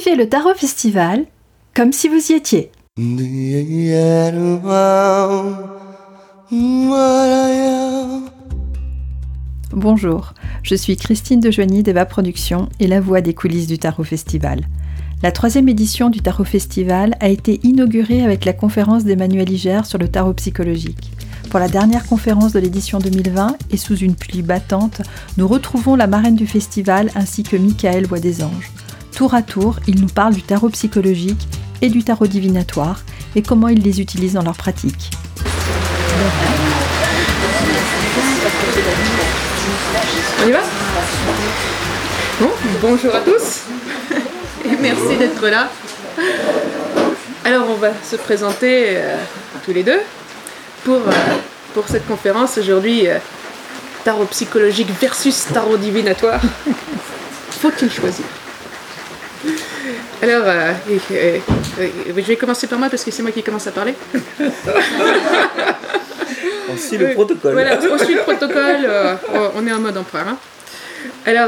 Vivez le Tarot Festival comme si vous y étiez. Bonjour, je suis Christine Dejoigny d'Eva Productions et la voix des coulisses du Tarot Festival. La 3e édition du Tarot Festival a été inaugurée avec la conférence d'Emmanuel Iger sur le tarot psychologique. Pour la dernière conférence de l'édition 2020 et sous une pluie battante, nous retrouvons la marraine du festival ainsi que Michael Voix des Anges. Tour à tour, ils nous parlent du tarot psychologique et du tarot divinatoire et comment ils les utilisent dans leur pratique. On y va ? Bon, bonjour à tous et merci d'être là. Alors on va se présenter tous les deux pour cette conférence aujourd'hui, tarot psychologique versus tarot divinatoire. Faut-il choisir ? Alors, je vais commencer par moi parce que c'est moi qui commence à parler. On suit le protocole. Voilà, on suit le protocole, on est en mode empereur. Hein. Alors,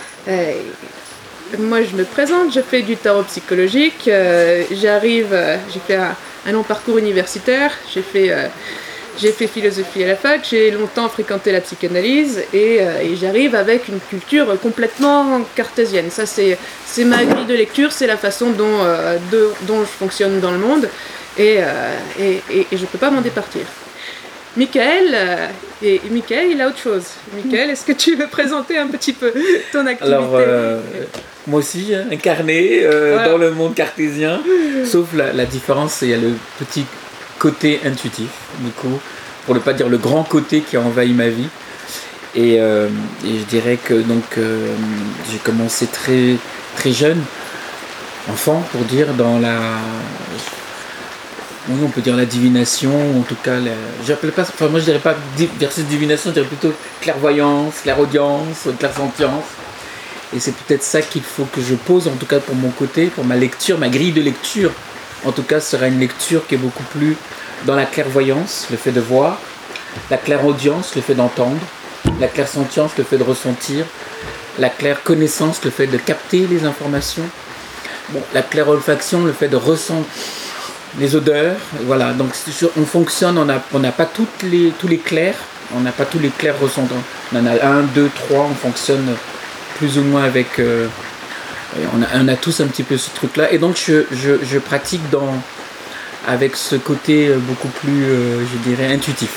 moi je me présente, je fais du tarot psychologique, j'ai fait un long parcours universitaire, j'ai fait philosophie à la fac, j'ai longtemps fréquenté la psychanalyse et j'arrive avec une culture complètement cartésienne. Ça c'est ma grille de lecture, c'est la façon dont je fonctionne dans le monde et je ne peux pas m'en départir. Michael, il a autre chose. Michael, est-ce que tu veux présenter un petit peu ton activité ? Alors, moi aussi, incarné voilà. Dans le monde cartésien, sauf la différence, il y a le petit côté intuitif, du coup, pour ne pas dire le grand côté qui a envahi ma vie. Et je dirais que donc j'ai commencé très, très jeune, enfant, pour dire, dans la... Oui, on peut dire la divination, en tout cas, moi je dirais pas versus divination, je dirais plutôt clairvoyance, clairaudience, clairsentience. Et c'est peut-être ça qu'il faut que je pose, en tout cas pour mon côté, pour ma lecture, ma grille de lecture. En tout cas, ce sera une lecture qui est beaucoup plus dans la clairvoyance, le fait de voir, la clairaudience, le fait d'entendre, la clairsentience, le fait de ressentir, la clairconnaissance, le fait de capter les informations, la clairolfaction, le fait de ressentir les odeurs, voilà. Donc on fonctionne, on n'a pas tous les clairs, on n'a pas tous les clairs ressentants. On en a 1, 2, 3, on fonctionne plus ou moins avec... on a tous un petit peu ce truc-là. Et donc je pratique avec ce côté beaucoup plus, je dirais, intuitif.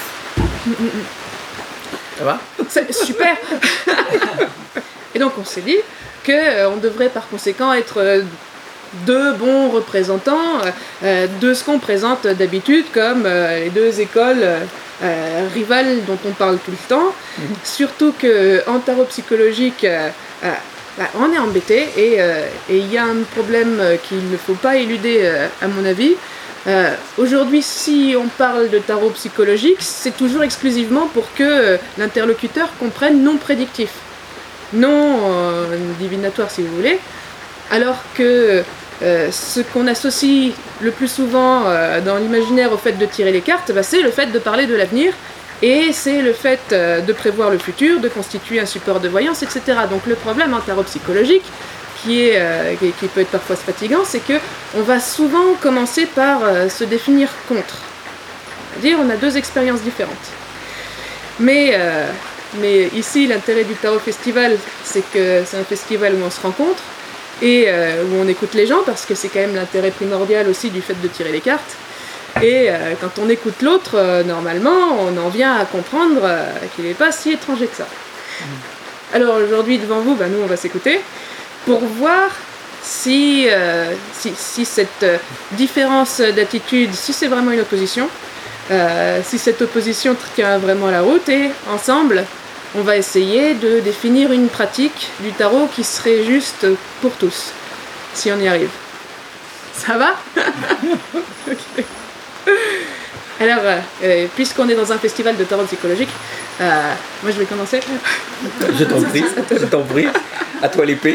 Ça va ? C'est super. Et donc on s'est dit qu'on devrait par conséquent être... deux bons représentants de ce qu'on présente d'habitude comme les deux écoles rivales dont on parle tout le temps. Surtout qu'en tarot psychologique, on est embêté et il y a un problème qu'il ne faut pas éluder à mon avis. Aujourd'hui, si on parle de tarot psychologique, c'est toujours exclusivement pour que l'interlocuteur comprenne non prédictif, non divinatoire si vous voulez, alors que ce qu'on associe le plus souvent dans l'imaginaire au fait de tirer les cartes, c'est le fait de parler de l'avenir et c'est le fait de prévoir le futur, de constituer un support de voyance, etc. Donc le problème en tarot psychologique, qui peut être parfois fatigant, c'est qu'on va souvent commencer par se définir contre. C'est-à-dire on a deux expériences différentes. Mais ici, l'intérêt du Tarot Festival, c'est que c'est un festival où on se rencontre, et où on écoute les gens, parce que c'est quand même l'intérêt primordial aussi du fait de tirer les cartes. Et quand on écoute l'autre, normalement, on en vient à comprendre qu'il n'est pas si étranger que ça. Alors aujourd'hui, devant vous, nous, on va s'écouter pour voir si cette différence d'attitude, si c'est vraiment une opposition, si cette opposition tient vraiment la route, et ensemble, on va essayer de définir une pratique du tarot qui serait juste pour tous, si on y arrive. Ça va ? Okay. Alors, puisqu'on est dans un festival de tarot psychologique, moi je vais commencer. Je t'en prie. À toi l'épée.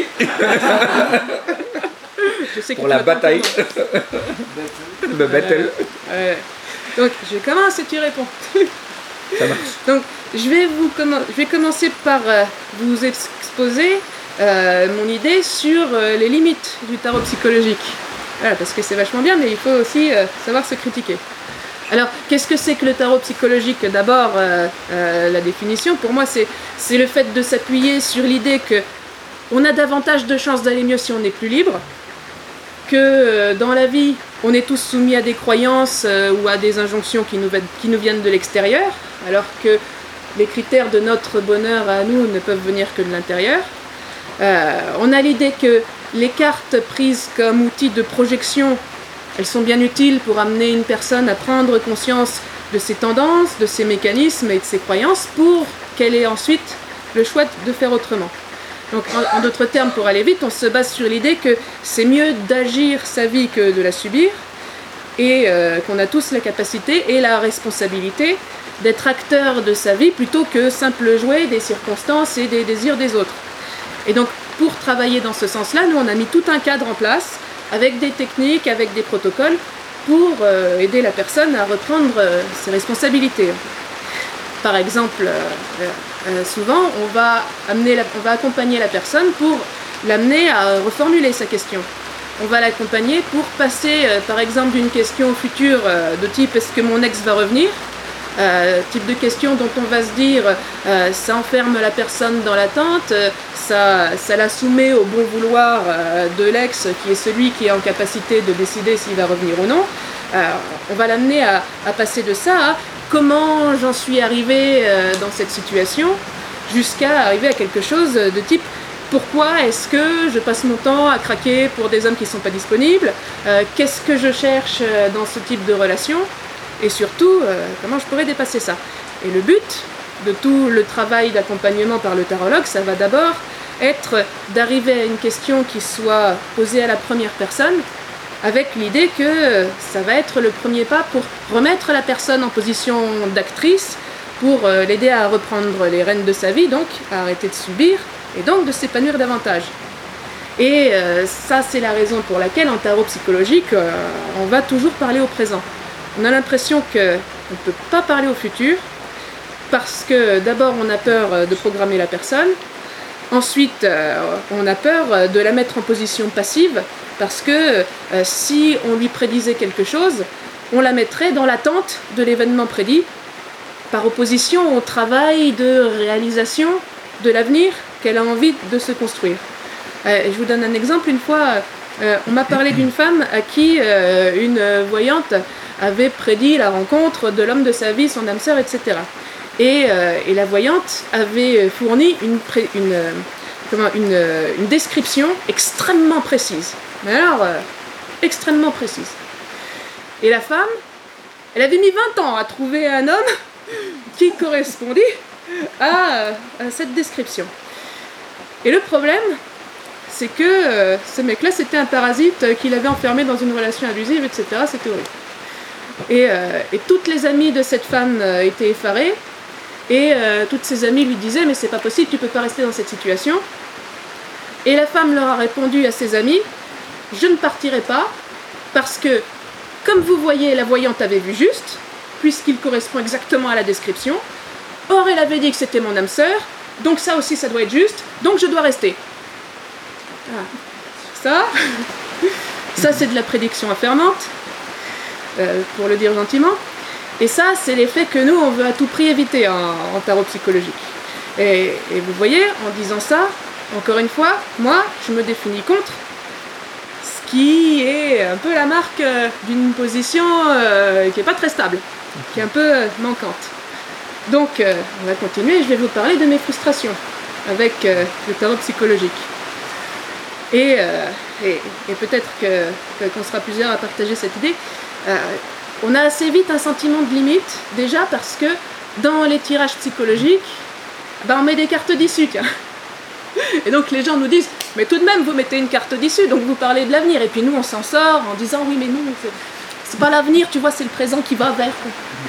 Je sais que pour la bataille. Le battle. Donc, je commence et tu réponds. Ça marche. Donc, je vais commencer par vous exposer mon idée sur les limites du tarot psychologique. Voilà, parce que c'est vachement bien, mais il faut aussi savoir se critiquer. Alors, qu'est-ce que c'est que le tarot psychologique ? D'abord, la définition, pour moi, c'est le fait de s'appuyer sur l'idée qu'on a davantage de chances d'aller mieux si on est plus libre, que dans la vie, on est tous soumis à des croyances ou à des injonctions qui nous viennent de l'extérieur, alors que les critères de notre bonheur à nous ne peuvent venir que de l'intérieur. On a l'idée que les cartes prises comme outil de projection, elles sont bien utiles pour amener une personne à prendre conscience de ses tendances, de ses mécanismes et de ses croyances pour qu'elle ait ensuite le choix de faire autrement. Donc en d'autres termes, pour aller vite, on se base sur l'idée que c'est mieux d'agir sa vie que de la subir et qu'on a tous la capacité et la responsabilité d'être acteur de sa vie plutôt que simple jouet des circonstances et des désirs des autres. Et donc pour travailler dans ce sens-là, nous on a mis tout un cadre en place avec des techniques, avec des protocoles pour aider la personne à reprendre ses responsabilités. Par exemple, souvent on va accompagner la personne pour l'amener à reformuler sa question. On va l'accompagner pour passer par exemple d'une question future de type est-ce que mon ex va revenir ? Type de question dont on va se dire ça enferme la personne dans l'attente, ça la soumet au bon vouloir de l'ex qui est celui qui est en capacité de décider s'il va revenir ou non. On va l'amener à passer de ça à comment j'en suis arrivé dans cette situation jusqu'à arriver à quelque chose de type pourquoi est-ce que je passe mon temps à craquer pour des hommes qui ne sont pas disponibles, qu'est-ce que je cherche dans ce type de relation. Et surtout, comment je pourrais dépasser ça. Et le but de tout le travail d'accompagnement par le tarologue, ça va d'abord être d'arriver à une question qui soit posée à la première personne, avec l'idée que ça va être le premier pas pour remettre la personne en position d'actrice, pour l'aider à reprendre les rênes de sa vie, donc à arrêter de subir, et donc de s'épanouir davantage. Et ça, c'est la raison pour laquelle en tarot psychologique, on va toujours parler au présent. On a l'impression qu'on ne peut pas parler au futur parce que d'abord on a peur de programmer la personne, ensuite on a peur de la mettre en position passive parce que si on lui prédisait quelque chose, on la mettrait dans l'attente de l'événement prédit par opposition au travail de réalisation de l'avenir qu'elle a envie de se construire. Je vous donne un exemple. Une fois, on m'a parlé d'une femme à qui une voyante avait prédit la rencontre de l'homme de sa vie, son âme sœur, etc. Et la voyante avait fourni une description extrêmement précise. Mais alors, extrêmement précise. Et la femme, elle avait mis 20 ans à trouver un homme qui correspondait à cette description. Et le problème, c'est que ce mec-là, c'était un parasite qu'il avait enfermé dans une relation abusive, etc. C'était horrible. Et toutes les amies de cette femme étaient effarées, et toutes ses amies lui disaient « mais c'est pas possible, tu peux pas rester dans cette situation ». Et la femme leur a répondu à ses amis « je ne partirai pas, parce que, comme vous voyez, la voyante avait vu juste, puisqu'il correspond exactement à la description, or elle avait dit que c'était mon âme sœur, donc ça aussi ça doit être juste, donc je dois rester ». Ça c'est de la prédiction affermante, pour le dire gentiment. Et ça, c'est l'effet que nous, on veut à tout prix éviter en tarot psychologique. Et vous voyez, en disant ça, encore une fois, moi, je me définis contre, ce qui est un peu la marque d'une position qui n'est pas très stable, qui est un peu manquante. Donc, on va continuer, je vais vous parler de mes frustrations avec le tarot psychologique. Et peut-être qu'on sera plusieurs à partager cette idée. On a assez vite un sentiment de limite, déjà parce que dans les tirages psychologiques, on met des cartes d'issue, tiens. Et donc les gens nous disent, mais tout de même vous mettez une carte d'issue, donc vous parlez de l'avenir. Et puis nous on s'en sort en disant, oui mais non, c'est pas l'avenir, tu vois, c'est le présent qui va vers.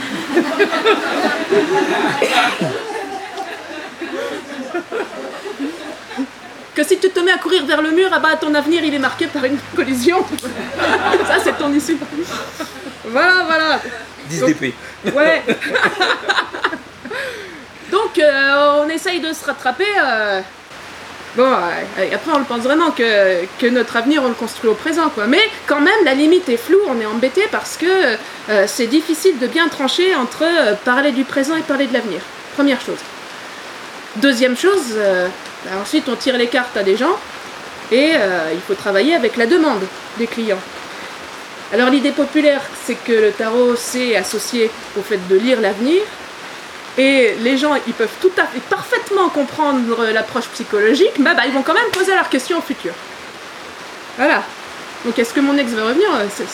Que si tu te mets à courir vers le mur, ton avenir il est marqué par une collision. Ça c'est ton issue. Voilà. 10 d'épée. Ouais. Donc on essaye de se rattraper Bon, et après on le pense vraiment que notre avenir on le construit au présent, quoi. Mais quand même la limite est floue, on est embêté parce que c'est difficile de bien trancher entre parler du présent et parler de l'avenir. Première chose. Deuxième chose, ensuite on tire les cartes à des gens et il faut travailler avec la demande des clients. Alors l'idée populaire c'est que le tarot c'est associé au fait de lire l'avenir. Et les gens, ils peuvent tout à fait parfaitement comprendre l'approche psychologique, mais ils vont quand même poser leurs questions au futur. Voilà. Donc est-ce que mon ex veut revenir ?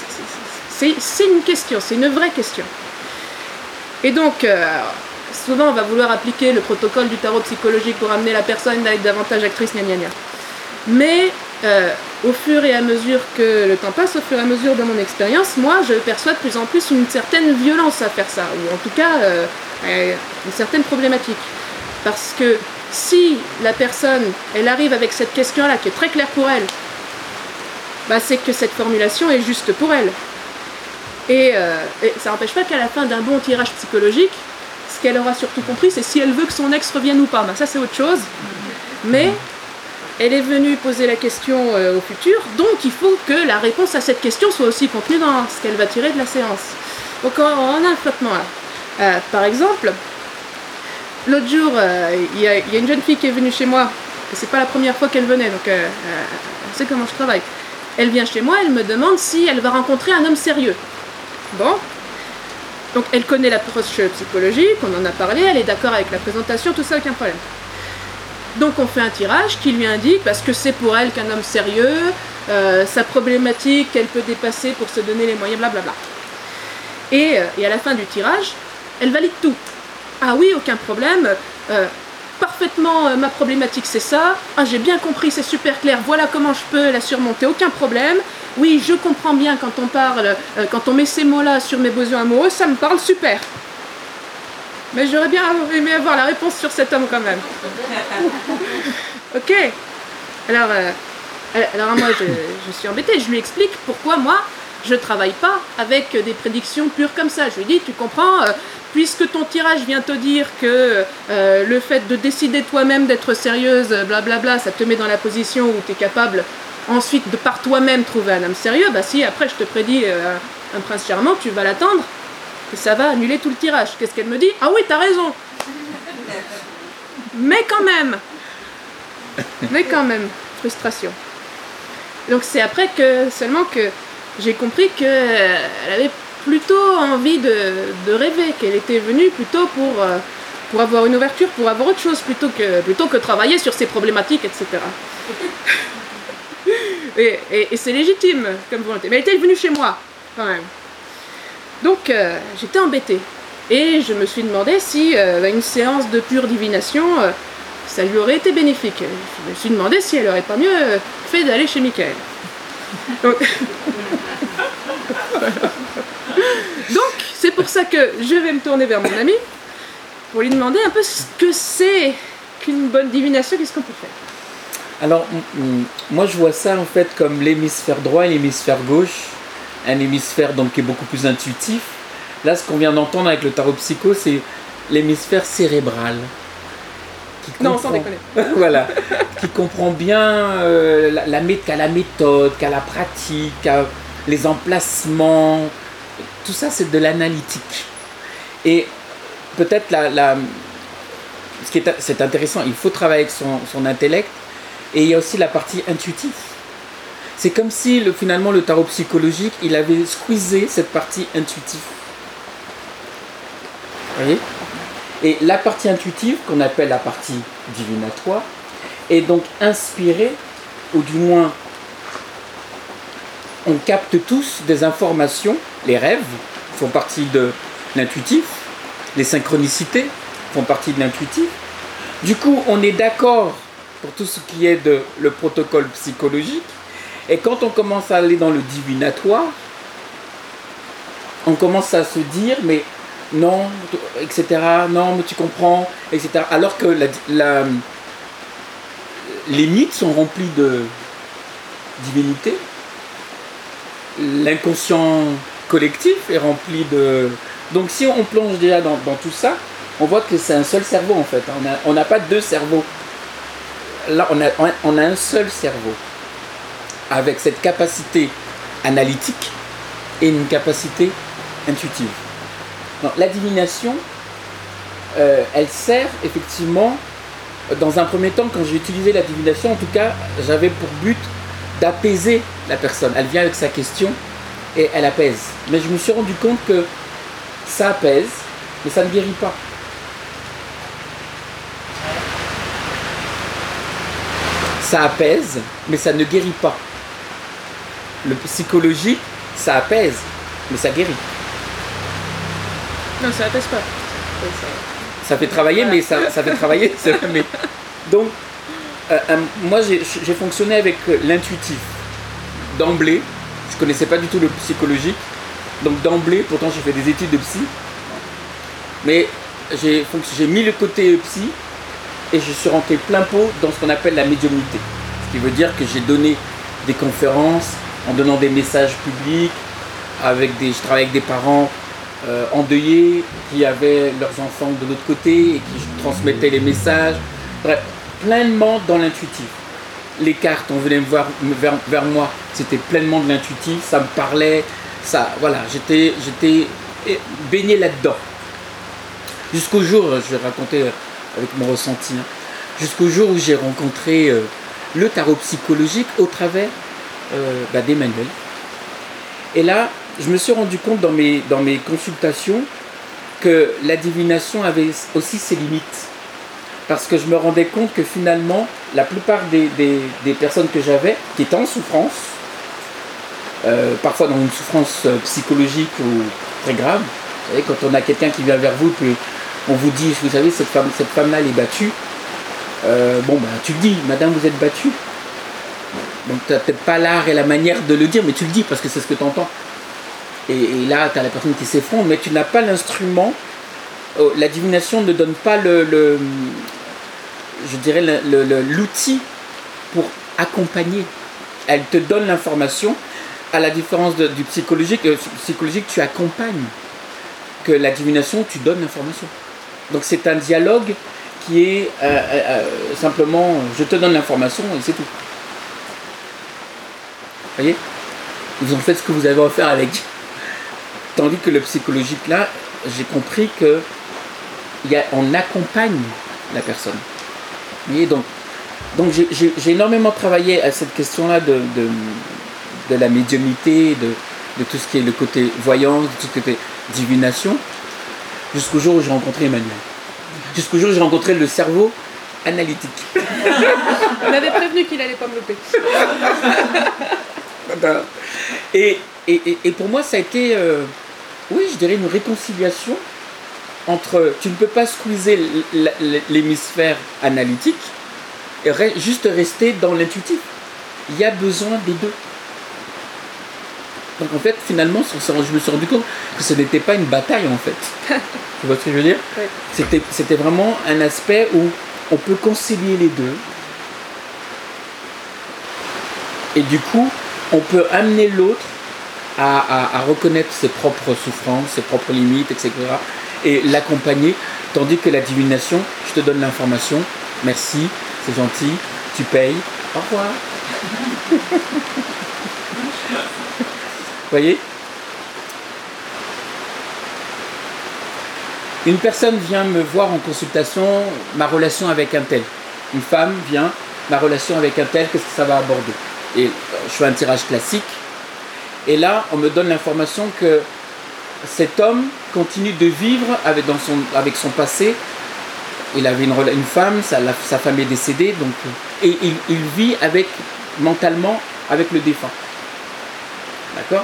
C'est une question, c'est une vraie question. Et donc, souvent on va vouloir appliquer le protocole du tarot psychologique pour amener la personne à être davantage actrice, gna gna gna. Mais au fur et à mesure que le temps passe, au fur et à mesure de mon expérience, moi je perçois de plus en plus une certaine violence à faire ça, ou en tout cas une certaine problématique. Parce que si la personne, elle arrive avec cette question-là qui est très claire pour elle, c'est que cette formulation est juste pour elle. Et ça n'empêche pas qu'à la fin d'un bon tirage psychologique, ce qu'elle aura surtout compris, c'est si elle veut que son ex revienne ou pas. Ça c'est autre chose. Mais elle est venue poser la question au futur, donc il faut que la réponse à cette question soit aussi contenue dans ce qu'elle va tirer de la séance. Donc on a un flottement là. Par exemple, l'autre jour, il y a une jeune fille qui est venue chez moi, et c'est pas la première fois qu'elle venait, donc elle sait comment je travaille. Elle vient chez moi, elle me demande si elle va rencontrer un homme sérieux. Bon, donc elle connaît l'approche psychologique, on en a parlé, elle est d'accord avec la présentation, tout ça, aucun problème. Donc on fait un tirage qui lui indique parce que c'est pour elle qu'un homme sérieux, sa problématique qu'elle peut dépasser pour se donner les moyens, blablabla. Et à la fin du tirage, elle valide tout. Ah oui, aucun problème, parfaitement ma problématique c'est ça, j'ai bien compris, c'est super clair, voilà comment je peux la surmonter, aucun problème. Oui, je comprends bien quand on parle, quand on met ces mots-là sur mes besoins amoureux, ça me parle super. Mais j'aurais bien aimé avoir la réponse sur cet homme quand même. Ok. Alors moi je suis embêtée, je lui explique pourquoi moi je travaille pas avec des prédictions pures comme ça. Je lui dis, tu comprends, puisque ton tirage vient te dire que le fait de décider toi-même d'être sérieuse, blablabla, ça te met dans la position où tu es capable ensuite de par toi-même trouver un homme sérieux, si après je te prédis un prince charmant, tu vas l'attendre, et ça va annuler tout le tirage. Qu'est-ce qu'elle me dit ? Ah oui, t'as raison. Mais quand même, frustration. Donc c'est après seulement que j'ai compris qu'elle avait plutôt envie de rêver, qu'elle était venue plutôt pour avoir une ouverture, pour avoir autre chose, plutôt que travailler sur ses problématiques, etc. Et c'est légitime comme volonté. Mais elle était venue chez moi, quand même. Donc j'étais embêtée. Et je me suis demandé si une séance de pure divination, ça lui aurait été bénéfique. Je me suis demandé si elle aurait pas mieux fait d'aller chez Michael. Donc, c'est pour ça que je vais me tourner vers mon ami pour lui demander un peu ce que c'est qu'une bonne divination, qu'est-ce qu'on peut faire. Alors, moi je vois ça en fait comme l'hémisphère droit et l'hémisphère gauche. Un hémisphère donc qui est beaucoup plus intuitif. Là, ce qu'on vient d'entendre avec le tarot psycho, c'est l'hémisphère cérébral. Non, sans déconner. Voilà, qui comprend bien qu'a la méthode, qu'a la pratique, qu'a les emplacements. Tout ça, c'est de l'analytique. Et peut-être c'est intéressant, il faut travailler avec son intellect. Et il y a aussi la partie intuitive. C'est comme si finalement le tarot psychologique, il avait squeezé cette partie intuitive. Vous voyez ? Et la partie intuitive, qu'on appelle la partie divinatoire, est donc inspirée, ou du moins, on capte tous des informations. Les rêves font partie de l'intuitif, les synchronicités font partie de l'intuitif. Du coup, on est d'accord pour tout ce qui est de le protocole psychologique. Et quand on commence à aller dans le divinatoire, on commence à se dire, mais non, etc., non, mais tu comprends, etc. Alors que les mythes sont remplis de divinité, l'inconscient collectif est rempli de... Donc si on plonge déjà dans tout ça, on voit que c'est un seul cerveau en fait. On n'a pas deux cerveaux. là, on a un seul cerveau, avec cette capacité analytique et une capacité intuitive. Donc, la divination, elle sert effectivement, dans un premier temps, quand j'ai utilisé la divination, en tout cas, j'avais pour but d'apaiser la personne. Elle vient avec sa question et elle apaise. Mais je me suis rendu compte que ça apaise, mais ça ne guérit pas. Ça apaise, mais ça ne guérit pas. Le psychologique, ça apaise, mais ça guérit. Non, ça apaise pas. Ça fait travailler, mais ça fait travailler. Mais... Donc, moi, j'ai fonctionné avec l'intuitif. D'emblée, je ne connaissais pas du tout le psychologique. Donc, d'emblée, pourtant, j'ai fait des études de psy. Mais j'ai mis le côté psy et je suis rentré plein pot dans ce qu'on appelle la médiumnité. Ce qui veut dire que j'ai donné des conférences en donnant des messages publics. Je travaille avec des parents endeuillés qui avaient leurs enfants de l'autre côté et qui transmettaient les messages. Bref, pleinement dans l'intuitif. Les cartes, on venait me voir vers moi, c'était pleinement de l'intuitif, ça me parlait, voilà, j'étais baigné là-dedans. Jusqu'au jour, je vais raconter avec mon ressenti, jusqu'au jour où j'ai rencontré le tarot psychologique au travers d'Emmanuel. Et là, je me suis rendu compte dans mes consultations que la divination avait aussi ses limites. Parce que je me rendais compte que finalement, la plupart des personnes que j'avais, qui étaient en souffrance, parfois dans une souffrance psychologique ou très grave, vous savez, quand on a quelqu'un qui vient vers vous, puis on vous dit, vous savez, cette femme-là, elle est battue, tu le dis, madame, vous êtes battue. Donc tu n'as peut-être pas l'art et la manière de le dire, mais tu le dis parce que c'est ce que tu entends. Et là, tu as la personne qui s'effondre, mais tu n'as pas l'instrument. La divination ne donne pas l'outil pour accompagner. Elle te donne l'information, à la différence du psychologique. Psychologique, tu accompagnes. Que la divination, tu donnes l'information. Donc c'est un dialogue qui est simplement, je te donne l'information et c'est tout. Vous voyez ? Vous en faites ce que vous avez à faire avec. Tandis que le psychologique, là, j'ai compris que on accompagne la personne. Vous voyez, donc j'ai énormément travaillé à cette question-là de la médiumnité, de tout ce qui est le côté voyance, de tout ce qui est divination, jusqu'au jour où j'ai rencontré Emmanuel. Jusqu'au jour où j'ai rencontré le cerveau analytique. On avait prévenu qu'il n'allait pas me louper. Et pour moi, ça a été, oui, je dirais une réconciliation entre, tu ne peux pas squeezer l'hémisphère analytique et juste rester dans l'intuitif. Il y a besoin des deux. Donc en fait, finalement, je me suis rendu compte que ce n'était pas une bataille en fait. Tu vois ce que je veux dire ? Oui. C'était vraiment un aspect où on peut concilier les deux. Et du coup, on peut amener l'autre à reconnaître ses propres souffrances, ses propres limites, etc. Et l'accompagner, tandis que la divination, je te donne l'information, merci, c'est gentil, tu payes, au revoir. Vous voyez ? Une personne vient me voir en consultation, ma relation avec un tel. Une femme vient, ma relation avec un tel, qu'est-ce que ça va aborder ? Et je fais un tirage classique. Et là, on me donne l'information que cet homme continue de vivre avec son passé. Il avait une femme, sa femme est décédée, donc, et il vit mentalement avec le défunt. D'accord ?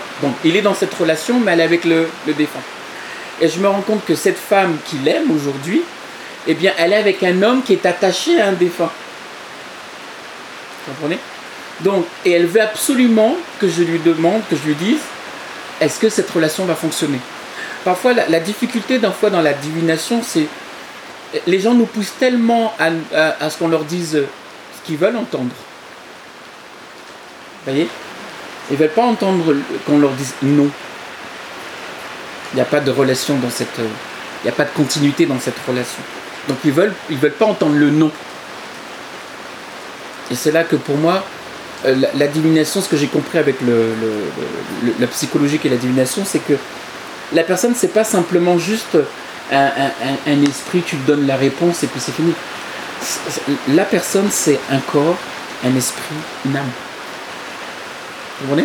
Donc il est dans cette relation, mais elle est avec le défunt. Et je me rends compte que cette femme qu'il aime aujourd'hui, eh bien, elle est avec un homme qui est attaché à un défunt. Vous comprenez ? Donc, et elle veut absolument que je lui dise, est-ce que cette relation va fonctionner ? Parfois, la difficulté dans la divination, c'est les gens nous poussent tellement à ce qu'on leur dise ce qu'ils veulent entendre. Vous voyez ? Ils ne veulent pas entendre qu'on leur dise non. Il n'y a pas de relation il n'y a pas de continuité dans cette relation. Donc ils veulent pas entendre le non. Et c'est là que pour moi, la divination, ce que j'ai compris avec la psychologie et la divination, c'est que la personne, c'est pas simplement juste un esprit, tu te donnes la réponse et puis c'est fini. La personne, c'est un corps, un esprit, une âme. Vous comprenez?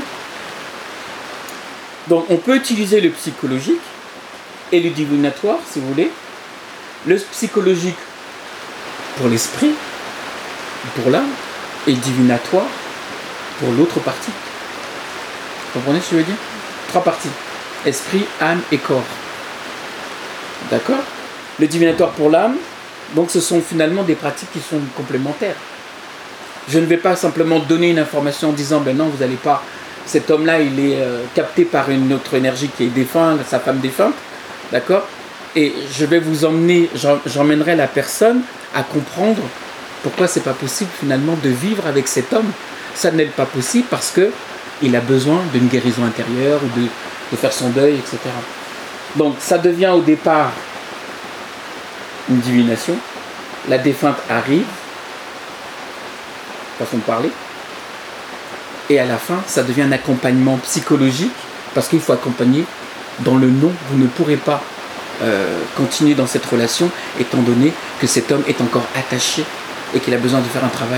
Donc on peut utiliser le psychologique et le divinatoire, si vous voulez. Le psychologique pour l'esprit, pour l'âme, et divinatoire pour l'autre partie. Vous comprenez ce que je veux dire? 3 parties. Esprit, âme et corps. D'accord? Le divinatoire pour l'âme, donc ce sont finalement des pratiques qui sont complémentaires. Je ne vais pas simplement donner une information en disant ben non, vous n'allez pas, cet homme-là il est capté par une autre énergie qui est défunte, sa femme défunte, d'accord? Et je vais vous emmener, j'emmènerai la personne à comprendre pourquoi c'est pas possible finalement de vivre avec cet homme. Ça n'est pas possible parce que il a besoin d'une guérison intérieure ou de faire son deuil, etc. Donc ça devient au départ une divination. La défunte arrive, façon de parler, et à la fin ça devient un accompagnement psychologique parce qu'il faut accompagner dans le non. Vous ne pourrez pas continuer dans cette relation étant donné que cet homme est encore attaché et qu'il a besoin de faire un travail.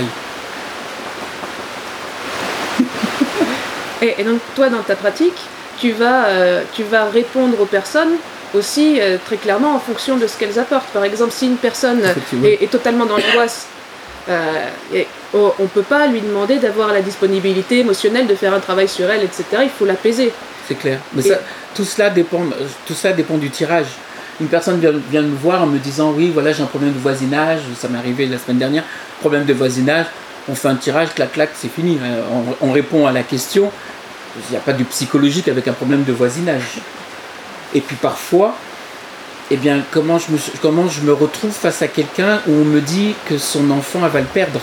Et donc toi dans ta pratique, tu vas répondre aux personnes aussi très clairement en fonction de ce qu'elles apportent. Par exemple, si une personne est totalement dans l'angoisse, on ne peut pas lui demander d'avoir la disponibilité émotionnelle de faire un travail sur elle, etc. Il faut l'apaiser. C'est clair. Mais tout cela dépend du tirage. Une personne vient me voir en me disant oui, voilà, j'ai un problème de voisinage, ça m'est arrivé la semaine dernière, problème de voisinage, on fait un tirage, clac, clac, c'est fini. On répond à la question. Il n'y a pas du psychologique avec un problème de voisinage. Et puis parfois, eh bien, comment je me retrouve face à quelqu'un où on me dit que son enfant va le perdre.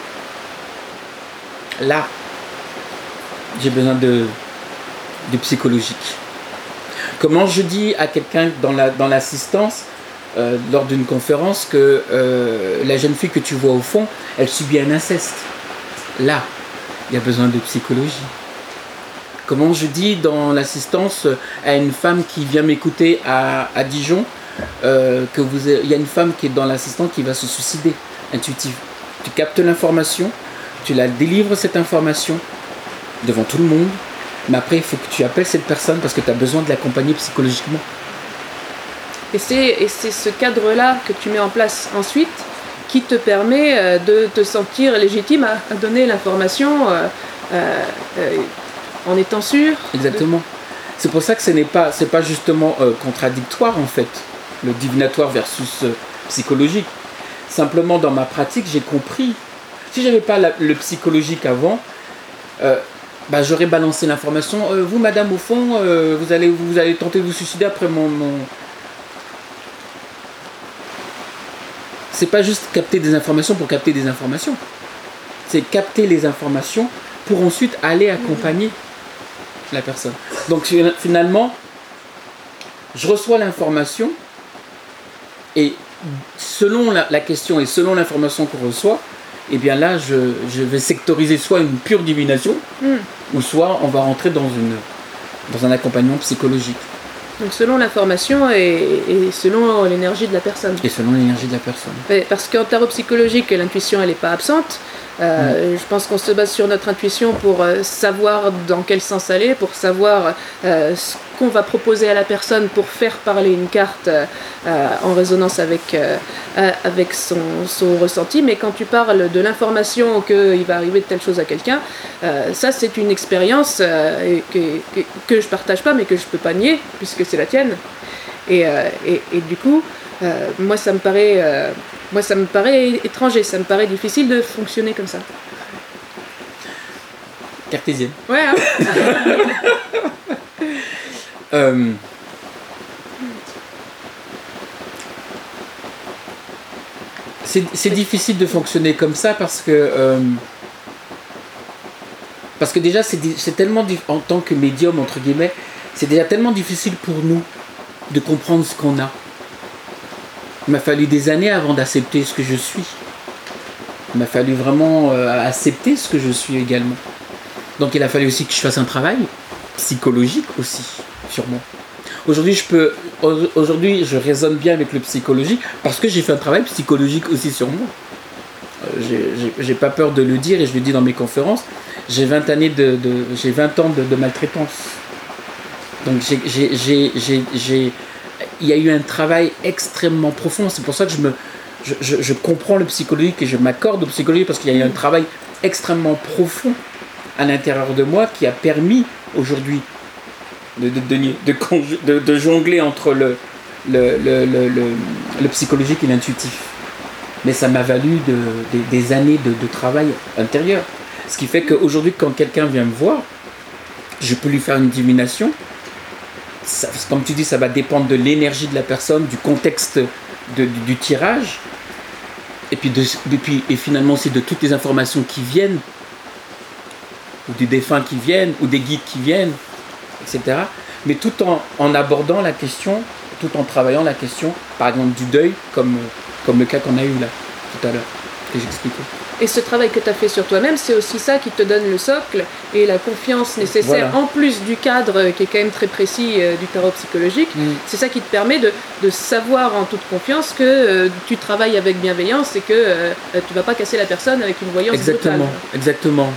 Là, j'ai besoin de psychologique. Comment je dis à quelqu'un dans l'assistance, lors d'une conférence, que la jeune fille que tu vois au fond, elle subit un inceste. Là, il y a besoin de psychologie. Comment je dis dans l'assistance à une femme qui vient m'écouter à Dijon, il y a une femme qui est dans l'assistance qui va se suicider, intuitive. Tu captes l'information, tu la délivres cette information devant tout le monde, mais après il faut que tu appelles cette personne parce que tu as besoin de l'accompagner psychologiquement. Et c'est ce cadre-là que tu mets en place ensuite qui te permet de te sentir légitime à donner l'information en étant sûr. Exactement. C'est pour ça que c'est pas justement contradictoire en fait, le divinatoire versus psychologique. Simplement dans ma pratique, j'ai compris. Si j'avais pas le psychologique avant, j'aurais balancé l'information. Vous, madame, au fond, vous allez tenter de vous suicider après mon... C'est pas juste capter des informations pour capter des informations. C'est capter les informations pour ensuite aller accompagner la personne. Donc finalement, je reçois l'information et selon la question et selon l'information qu'on reçoit, et bien là, je vais sectoriser soit une pure divination, ou soit on va rentrer dans un accompagnement psychologique. Donc selon l'information et selon l'énergie de la personne. Et selon l'énergie de la personne. Parce qu'en tarot psychologique, l'intuition, elle n'est pas absente. Je pense qu'on se base sur notre intuition pour savoir dans quel sens aller, pour savoir ce qu'on va proposer à la personne pour faire parler une carte en résonance avec son ressenti. Mais quand tu parles de l'information qu'il va arriver de telle chose à quelqu'un, ça c'est une expérience que je partage pas mais que je peux pas nier puisque c'est la tienne. Et du coup, moi ça me paraît étranger, ça me paraît difficile de fonctionner comme ça. Cartésienne. Ouais. C'est difficile de fonctionner comme ça parce que déjà c'est tellement en tant que médium entre guillemets, c'est déjà tellement difficile pour nous de comprendre ce qu'on a. Il m'a fallu des années avant d'accepter ce que je suis. Il m'a fallu vraiment accepter ce que je suis également. Donc il a fallu aussi que je fasse un travail psychologique aussi sur moi. Aujourd'hui, je raisonne bien avec le psychologique parce que j'ai fait un travail psychologique aussi sur moi. J'ai pas peur de le dire et je le dis dans mes conférences. J'ai 20 ans de maltraitance. Donc il y a eu un travail extrêmement profond. C'est pour ça que je comprends le psychologique et je m'accorde au psychologique parce qu'il y a eu un travail extrêmement profond à l'intérieur de moi qui a permis aujourd'hui de jongler entre le psychologique et l'intuitif. Mais ça m'a valu des années de travail intérieur. Ce qui fait qu'aujourd'hui, quand quelqu'un vient me voir, je peux lui faire une divination. Ça, comme tu dis, ça va dépendre de l'énergie de la personne, du contexte du tirage, et puis et finalement aussi de toutes les informations qui viennent, ou des défunts qui viennent, ou des guides qui viennent, etc. Mais tout en abordant la question, tout en travaillant la question, par exemple du deuil, comme le cas qu'on a eu là, tout à l'heure, que j'expliquais. Et ce travail que tu as fait sur toi-même, c'est aussi ça qui te donne le socle et la confiance nécessaire, en plus du cadre qui est quand même très précis du tarot psychologique. C'est ça qui te permet de savoir en toute confiance que tu travailles avec bienveillance et que tu vas pas casser la personne avec une voyance brutale. Exactement.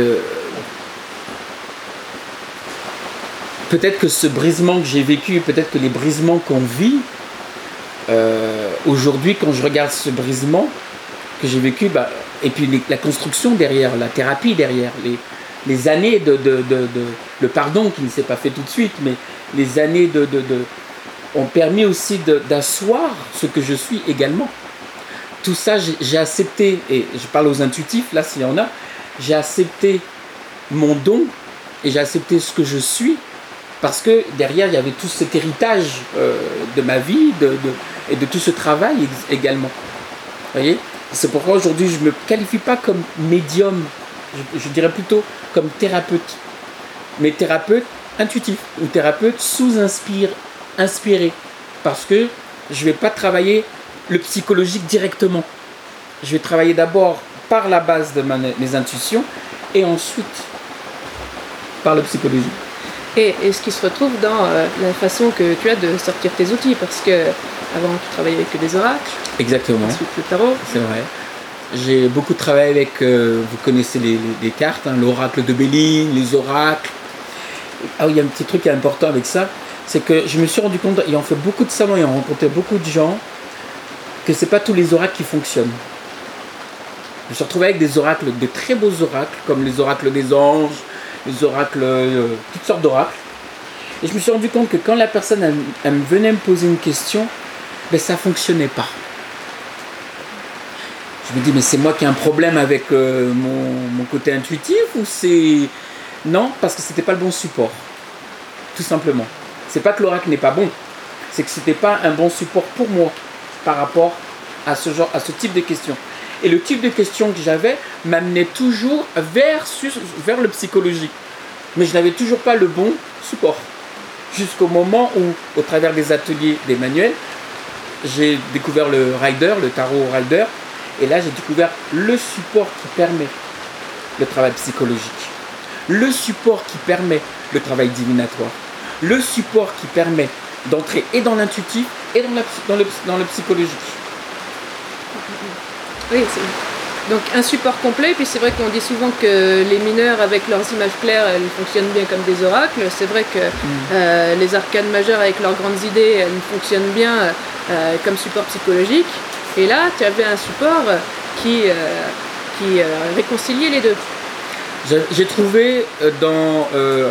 Peut-être que ce brisement que j'ai vécu, peut-être que les brisements qu'on vit, aujourd'hui, quand je regarde ce brisement que j'ai vécu, et puis la construction derrière, la thérapie derrière, les années le pardon qui ne s'est pas fait tout de suite, mais les années ont permis aussi d'asseoir ce que je suis également. Tout ça, j'ai accepté, et je parle aux intuitifs, là s'il y en a, j'ai accepté mon don et j'ai accepté ce que je suis, parce que derrière, il y avait tout cet héritage de ma vie et de tout ce travail également. Vous voyez ? C'est pourquoi aujourd'hui, je ne me qualifie pas comme médium, je dirais plutôt comme thérapeute. Mais thérapeute intuitif ou thérapeute inspiré. Parce que je ne vais pas travailler le psychologique directement. Je vais travailler d'abord par la base de mes intuitions et ensuite par le psychologique. Et ce qui se retrouve dans la façon que tu as de sortir tes outils, parce que avant tu travaillais avec des oracles. Exactement. Ensuite le tarot. C'est vrai. J'ai beaucoup travaillé avec, vous connaissez les cartes, l'oracle de Béline, les oracles. Ah oui, il y a un petit truc qui est important avec ça, c'est que je me suis rendu compte, ayant fait beaucoup de salons, ayant rencontré beaucoup de gens, que c'est pas tous les oracles qui fonctionnent. Je me suis retrouvé avec des oracles, de très beaux oracles, comme les oracles des anges, les oracles, toutes sortes d'oracles. Et je me suis rendu compte que quand la personne elle venait me poser une question, ça ne fonctionnait pas. Je me dis, mais c'est moi qui ai un problème avec mon côté intuitif ou c'est... Non, parce que c'était pas le bon support. Tout simplement. C'est pas que l'oracle n'est pas bon, c'est que c'était pas un bon support pour moi par rapport à ce type de questions. Et le type de questions que j'avais m'amenait toujours vers le psychologique. Mais je n'avais toujours pas le bon support. Jusqu'au moment où, au travers des ateliers d'Emmanuel, j'ai découvert le tarot rider. Et là, j'ai découvert le support qui permet le travail psychologique. Le support qui permet le travail divinatoire. Le support qui permet d'entrer et dans l'intuitif et dans le psychologique. Oui, donc un support complet, puis c'est vrai qu'on dit souvent que les mineurs avec leurs images claires, elles fonctionnent bien comme des oracles. C'est vrai que les arcanes majeures avec leurs grandes idées, elles fonctionnent bien comme support psychologique. Et là, tu avais un support qui réconciliait les deux. J'ai trouvé dans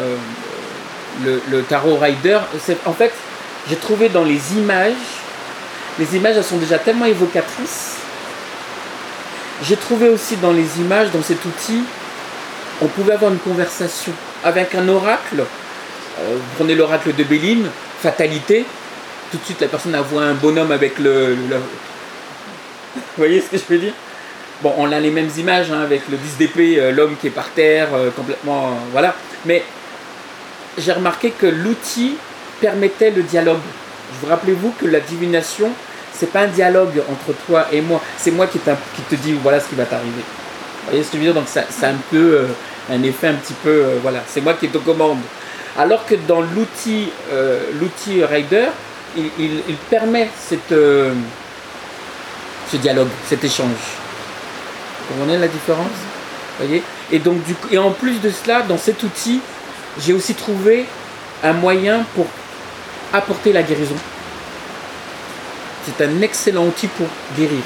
le tarot rider, en fait, j'ai trouvé dans les images elles sont déjà tellement évocatrices. J'ai trouvé aussi dans les images, dans cet outil, on pouvait avoir une conversation avec un oracle. Vous prenez l'oracle de Béline, fatalité, tout de suite la personne voit un bonhomme avec Vous voyez ce que je veux dire ? Bon, on a les mêmes images avec le 10 d'épée, l'homme qui est par terre, complètement... voilà. Mais j'ai remarqué que l'outil permettait le dialogue. Vous rappelez-vous que la divination, c'est pas un dialogue entre toi et moi, c'est moi qui te dis voilà ce qui va t'arriver. Vous voyez ce que je veux dire? Donc c'est un peu un effet un petit peu, voilà, c'est moi qui te commande. Alors que dans l'outil Rider, il permet ce dialogue, cet échange. Vous comprenez la différence? Vous voyez? Et donc et en plus de cela, dans cet outil, j'ai aussi trouvé un moyen pour apporter la guérison. C'est un excellent outil pour guérir.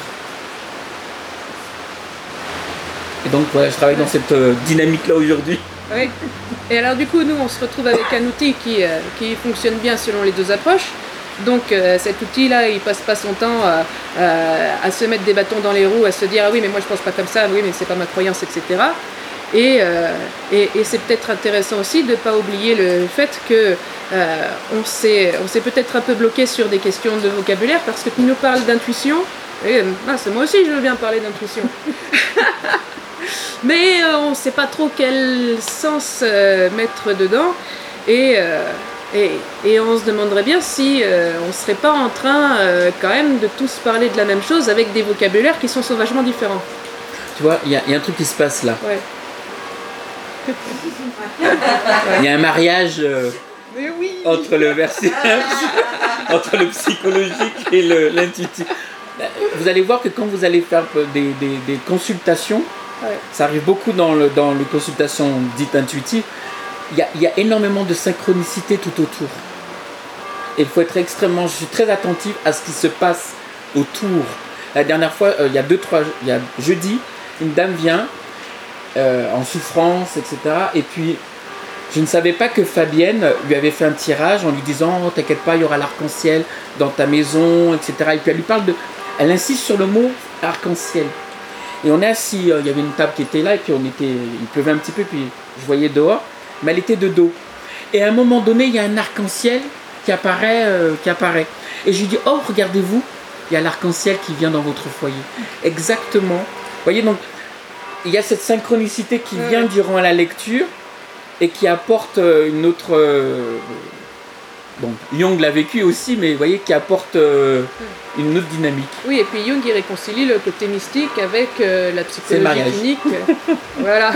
Et donc voilà, je travaille dans cette dynamique-là aujourd'hui. Oui. Et alors du coup, nous, on se retrouve avec un outil qui fonctionne bien selon les deux approches. Donc cet outil-là, il passe pas son temps à se mettre des bâtons dans les roues, à se dire ah oui mais moi je pense pas comme ça, oui mais c'est pas ma croyance, etc. Et c'est peut-être intéressant aussi de ne pas oublier le fait que on s'est peut-être un peu bloqué sur des questions de vocabulaire parce que tu nous parles d'intuition. Et c'est moi aussi je veux bien parler d'intuition. Mais on ne sait pas trop quel sens mettre dedans. Et on se demanderait bien si on ne serait pas en train quand même de tous parler de la même chose avec des vocabulaires qui sont sauvagement différents. Tu vois, il y a un truc qui se passe là. Ouais. Il y a un mariage oui. entre le verset, entre le psychologique et l'intuitif. Vous allez voir que quand vous allez faire des consultations, ouais. Ça arrive beaucoup dans les consultations dites intuitives, il y a énormément de synchronicité tout autour. Et il faut être je suis très attentif à ce qui se passe autour. La dernière fois, il y a jeudi, une dame vient en souffrance, etc. Et puis, je ne savais pas que Fabienne lui avait fait un tirage en lui disant oh, t'inquiète pas, il y aura l'arc-en-ciel dans ta maison, etc. Et puis elle insiste sur le mot arc-en-ciel. Et on est assis, il y avait une table qui était là, et puis il pleuvait un petit peu, puis je voyais dehors, mais elle était de dos. Et à un moment donné, il y a un arc-en-ciel qui apparaît. Et je lui dis oh, regardez-vous, il y a l'arc-en-ciel qui vient dans votre foyer. Exactement. Vous voyez, donc, il y a cette synchronicité qui vient durant la lecture et qui apporte une autre... Bon, Jung l'a vécu aussi, mais vous voyez, qui apporte une autre dynamique. Oui, et puis Jung, il réconcilie le côté mystique avec la psychologie clinique. Voilà.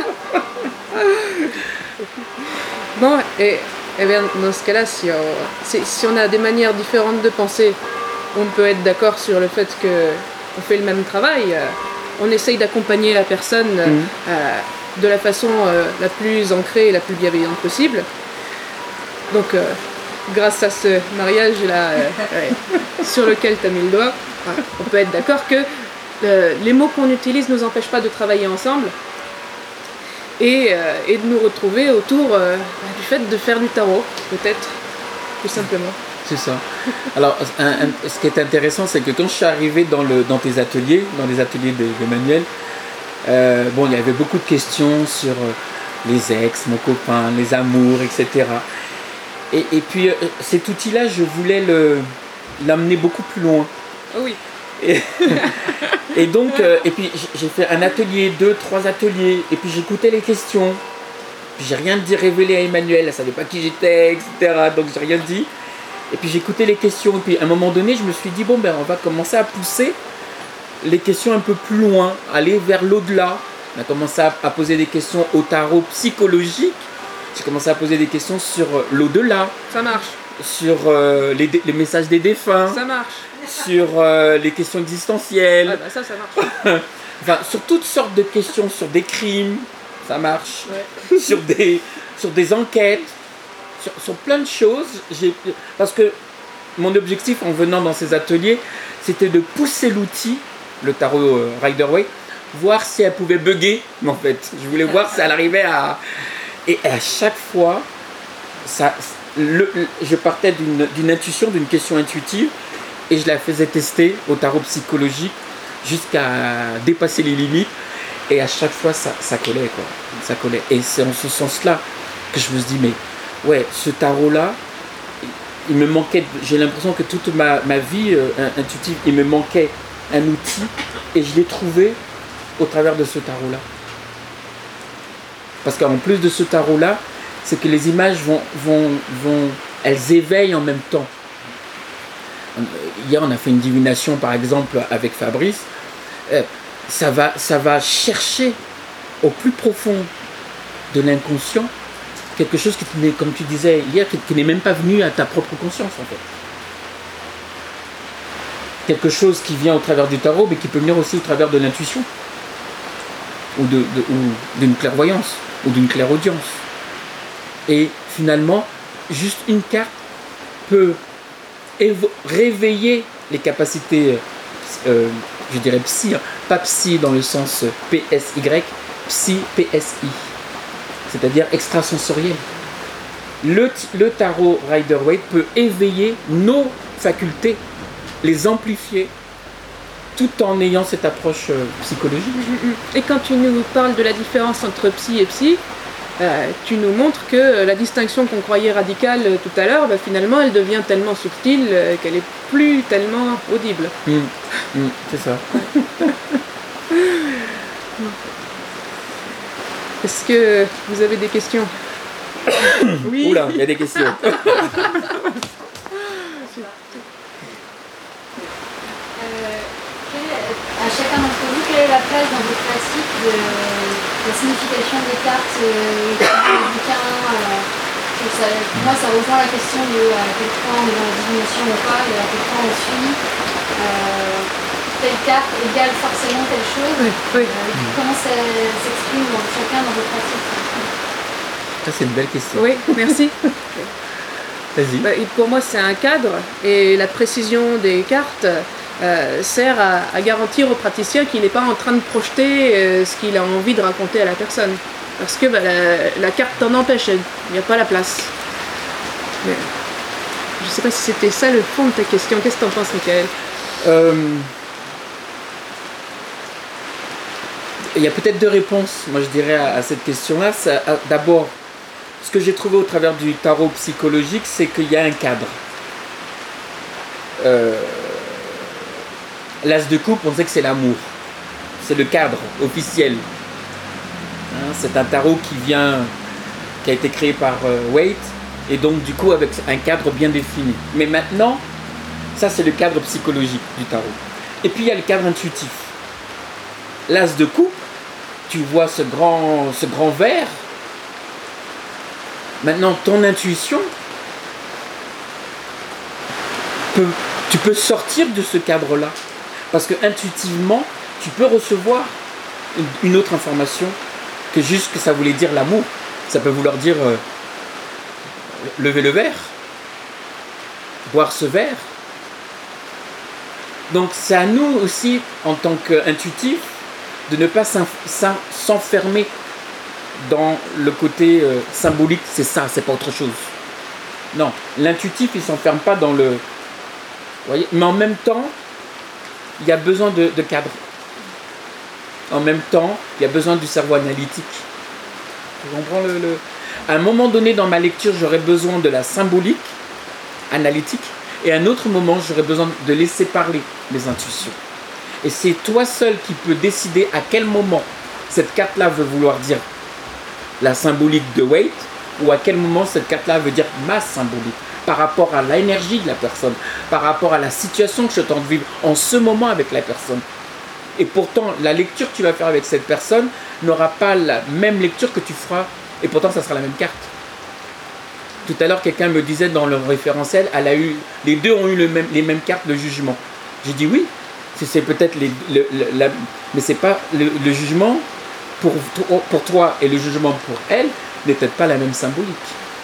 Bon, et bien, dans ce cas-là, si on a des manières différentes de penser, on peut être d'accord sur le fait qu'on fait le même travail. On essaye d'accompagner la personne de la façon la plus ancrée et la plus bienveillante possible. Donc, grâce à ce mariage-là sur lequel tu as mis le doigt, on peut être d'accord que les mots qu'on utilise ne nous empêchent pas de travailler ensemble et de nous retrouver autour du fait de faire du tarot, peut-être, tout simplement. C'est ça. Alors, ce qui est intéressant, c'est que quand je suis arrivé dans tes ateliers, dans les ateliers d'Emmanuel, il y avait beaucoup de questions sur les ex, mon copain, les amours, etc. Et puis, cet outil-là, je voulais l'amener beaucoup plus loin. Oh oui. Et donc, et puis j'ai fait un atelier, 2-3 ateliers, et puis j'écoutais les questions. Puis j'ai rien dit révélé à Emmanuel, elle ne savait pas qui j'étais, etc. Donc j'ai rien dit. Et puis j'écoutais les questions, et puis à un moment donné, je me suis dit, on va commencer à pousser les questions un peu plus loin, aller vers l'au-delà. On a commencé à poser des questions au tarot psychologique. J'ai commencé à poser des questions sur l'au-delà. Ça marche. Sur les messages des défunts. Ça marche. Sur les questions existentielles. Ouais, ça marche. Enfin, sur toutes sortes de questions, sur des crimes, ça marche. Ouais. sur des enquêtes, sur plein de choses. Parce que mon objectif en venant dans ces ateliers, c'était de pousser l'outil, le tarot Rider-Waite, voir si elle pouvait bugger, en fait. Je voulais voir si elle arrivait à... Et à chaque fois, je partais d'une intuition, d'une question intuitive, et je la faisais tester au tarot psychologique jusqu'à dépasser les limites. Et à chaque fois, ça collait, quoi. Ça collait. Et c'est en ce sens-là que je me suis dit, mais ouais, ce tarot-là, il me manquait, j'ai l'impression que toute ma vie intuitive, il me manquait un outil, et je l'ai trouvé au travers de ce tarot-là. Parce qu'en plus de ce tarot-là, c'est que les images elles éveillent en même temps. hier on a fait une divination par exemple avec Fabrice, ça va chercher au plus profond de l'inconscient quelque chose qui n'est, comme tu disais hier, qui n'est même pas venu à ta propre conscience en fait. Quelque chose qui vient au travers du tarot, mais qui peut venir aussi au travers de l'intuition, ou d'une clairvoyance, ou d'une clairaudience. Et finalement, juste une carte peut réveiller les capacités, je dirais psy, pas psy dans le sens PSY, psy, PSI, c'est-à-dire extrasensoriel. Le tarot Rider-Waite peut éveiller nos facultés, les amplifier, tout en ayant cette approche psychologique. Et quand tu nous parles de la différence entre psy et psy, tu nous montres que la distinction qu'on croyait radicale tout à l'heure, finalement, elle devient tellement subtile qu'elle est plus tellement audible. C'est ça. Est-ce que vous avez des questions? Oui. Oula, il y a des questions. À chacun d'entre vous, quelle est la place dans votre pratique de la signification des cartes, des bouquins Pour moi, ça rejoint la question de à quel point on est dans la divination ou pas, et à quel point on suit. Telle carte égale forcément telle chose. Oui. Comment ça s'exprime chacun dans votre pratique? Ça, c'est une belle question. Oui, merci. Vas-y. Pour moi, c'est un cadre, et la précision des cartes sert à garantir au praticien qu'il n'est pas en train de projeter ce qu'il a envie de raconter à la personne. Parce que la carte t'en empêche, il n'y a pas la place. Mais, je ne sais pas si c'était ça le fond de ta question. Qu'est-ce que tu en penses, Michael? Il y a peut-être deux réponses, moi je dirais, à cette question-là. D'abord, ce que j'ai trouvé au travers du tarot psychologique, c'est qu'il y a un cadre. L'as de coupe, on sait que c'est l'amour. C'est le cadre officiel. C'est un tarot qui a été créé par Waite, et donc du coup avec un cadre bien défini. Mais maintenant, ça c'est le cadre psychologique du tarot. Et puis il y a le cadre intuitif. L'as de coupe, tu vois ce grand verre. Maintenant, ton intuition, tu peux sortir de ce cadre-là. Parce que intuitivement, tu peux recevoir une autre information que juste que ça voulait dire l'amour. Ça peut vouloir dire lever le verre, boire ce verre. Donc c'est à nous aussi, en tant qu'intuitifs, de ne pas s'enfermer dans le côté symbolique. C'est ça, c'est pas autre chose. Non, l'intuitif, il ne s'enferme pas dans le... Vous voyez, mais en même temps, il y a besoin de cadre. En même temps, il y a besoin du cerveau analytique. Tu comprends À un moment donné dans ma lecture, j'aurais besoin de la symbolique, analytique, et à un autre moment, j'aurais besoin de laisser parler mes intuitions. Et c'est toi seul qui peux décider à quel moment cette carte-là veut vouloir dire la symbolique de Waite, ou à quel moment cette carte-là veut dire ma symbolique, par rapport à l'énergie de la personne, par rapport à la situation que je tente de vivre en ce moment avec la personne. Et pourtant, la lecture que tu vas faire avec cette personne n'aura pas la même lecture que tu feras, et pourtant ça sera la même carte. Tout à l'heure, quelqu'un me disait dans le référentiel, les deux ont eu les mêmes cartes de jugement. J'ai dit oui, c'est peut-être mais c'est pas le jugement pour toi et le jugement pour elle n'est peut-être pas la même symbolique.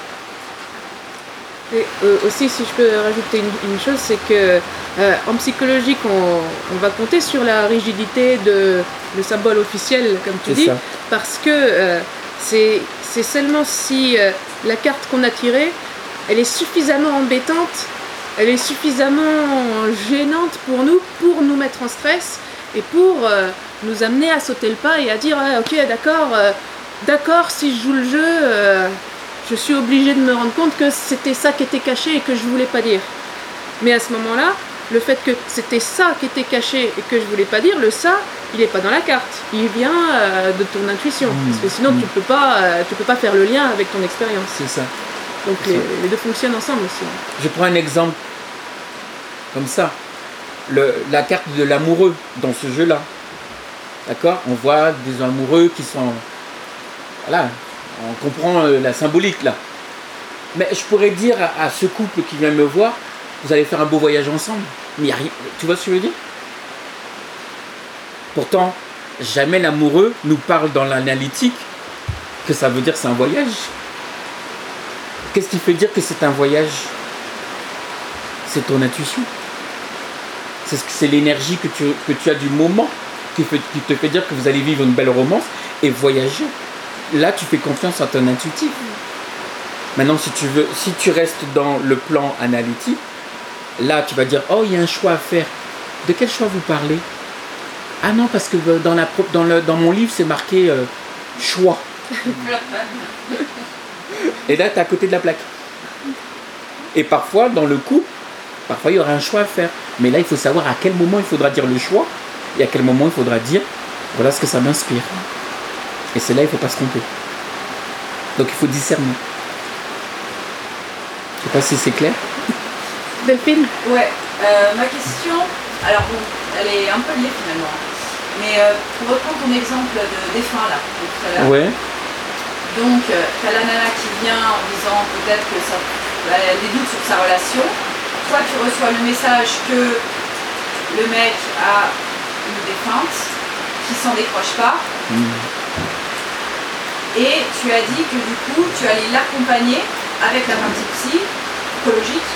Et aussi, si je peux rajouter une chose, c'est que en psychologie, on va compter sur la rigidité le symbole officiel, comme tu dis, parce que c'est seulement si la carte qu'on a tirée, elle est suffisamment embêtante, elle est suffisamment gênante pour nous mettre en stress et pour nous amener à sauter le pas et à dire ok, d'accord, si je joue le jeu, je suis obligée de me rendre compte que c'était ça qui était caché et que je voulais pas dire. Mais à ce moment-là, le fait que c'était ça qui était caché et que je voulais pas dire, le ça, il n'est pas dans la carte. Il vient de ton intuition. Parce que sinon, tu peux pas faire le lien avec ton expérience. C'est ça. Donc les deux fonctionnent ensemble aussi. Je prends un exemple comme ça. La carte de l'amoureux dans ce jeu-là. D'accord? On voit des amoureux qui sont... Voilà, on comprend la symbolique là. Mais je pourrais dire à ce couple qui vient me voir, vous allez faire un beau voyage ensemble. Mais il y a rien, tu vois ce que je veux dire? Pourtant, jamais l'amoureux nous parle dans l'analytique que ça veut dire que c'est un voyage. Qu'est-ce qui fait dire que c'est un voyage? C'est ton intuition. C'est l'énergie que tu as du moment qui te fait dire que vous allez vivre une belle romance et voyager. Là, tu fais confiance à ton intuitif. Maintenant, si tu restes dans le plan analytique, là, tu vas dire, oh, il y a un choix à faire. De quel choix vous parlez? Ah non, parce que dans mon livre, c'est marqué choix. Et là, tu es à côté de la plaque. Et parfois, dans le couple, il y aura un choix à faire. Mais là, il faut savoir à quel moment il faudra dire le choix et à quel moment il faudra dire, voilà ce que ça m'inspire. Et c'est là, il ne faut pas se tromper. Donc, il faut discerner. Je ne sais pas si c'est clair. Delphine? Ouais, ma question, alors bon, elle est un peu liée finalement. Mais pour reprendre ton exemple de défunt là, de tout à l'heure. Ouais. Donc, t'as la nana qui vient en disant peut-être que elle a des doutes sur sa relation. Toi, tu reçois le message que le mec a une défunte, qui s'en décroche pas. Et tu as dit que du coup, tu allais l'accompagner avec la partie psychologique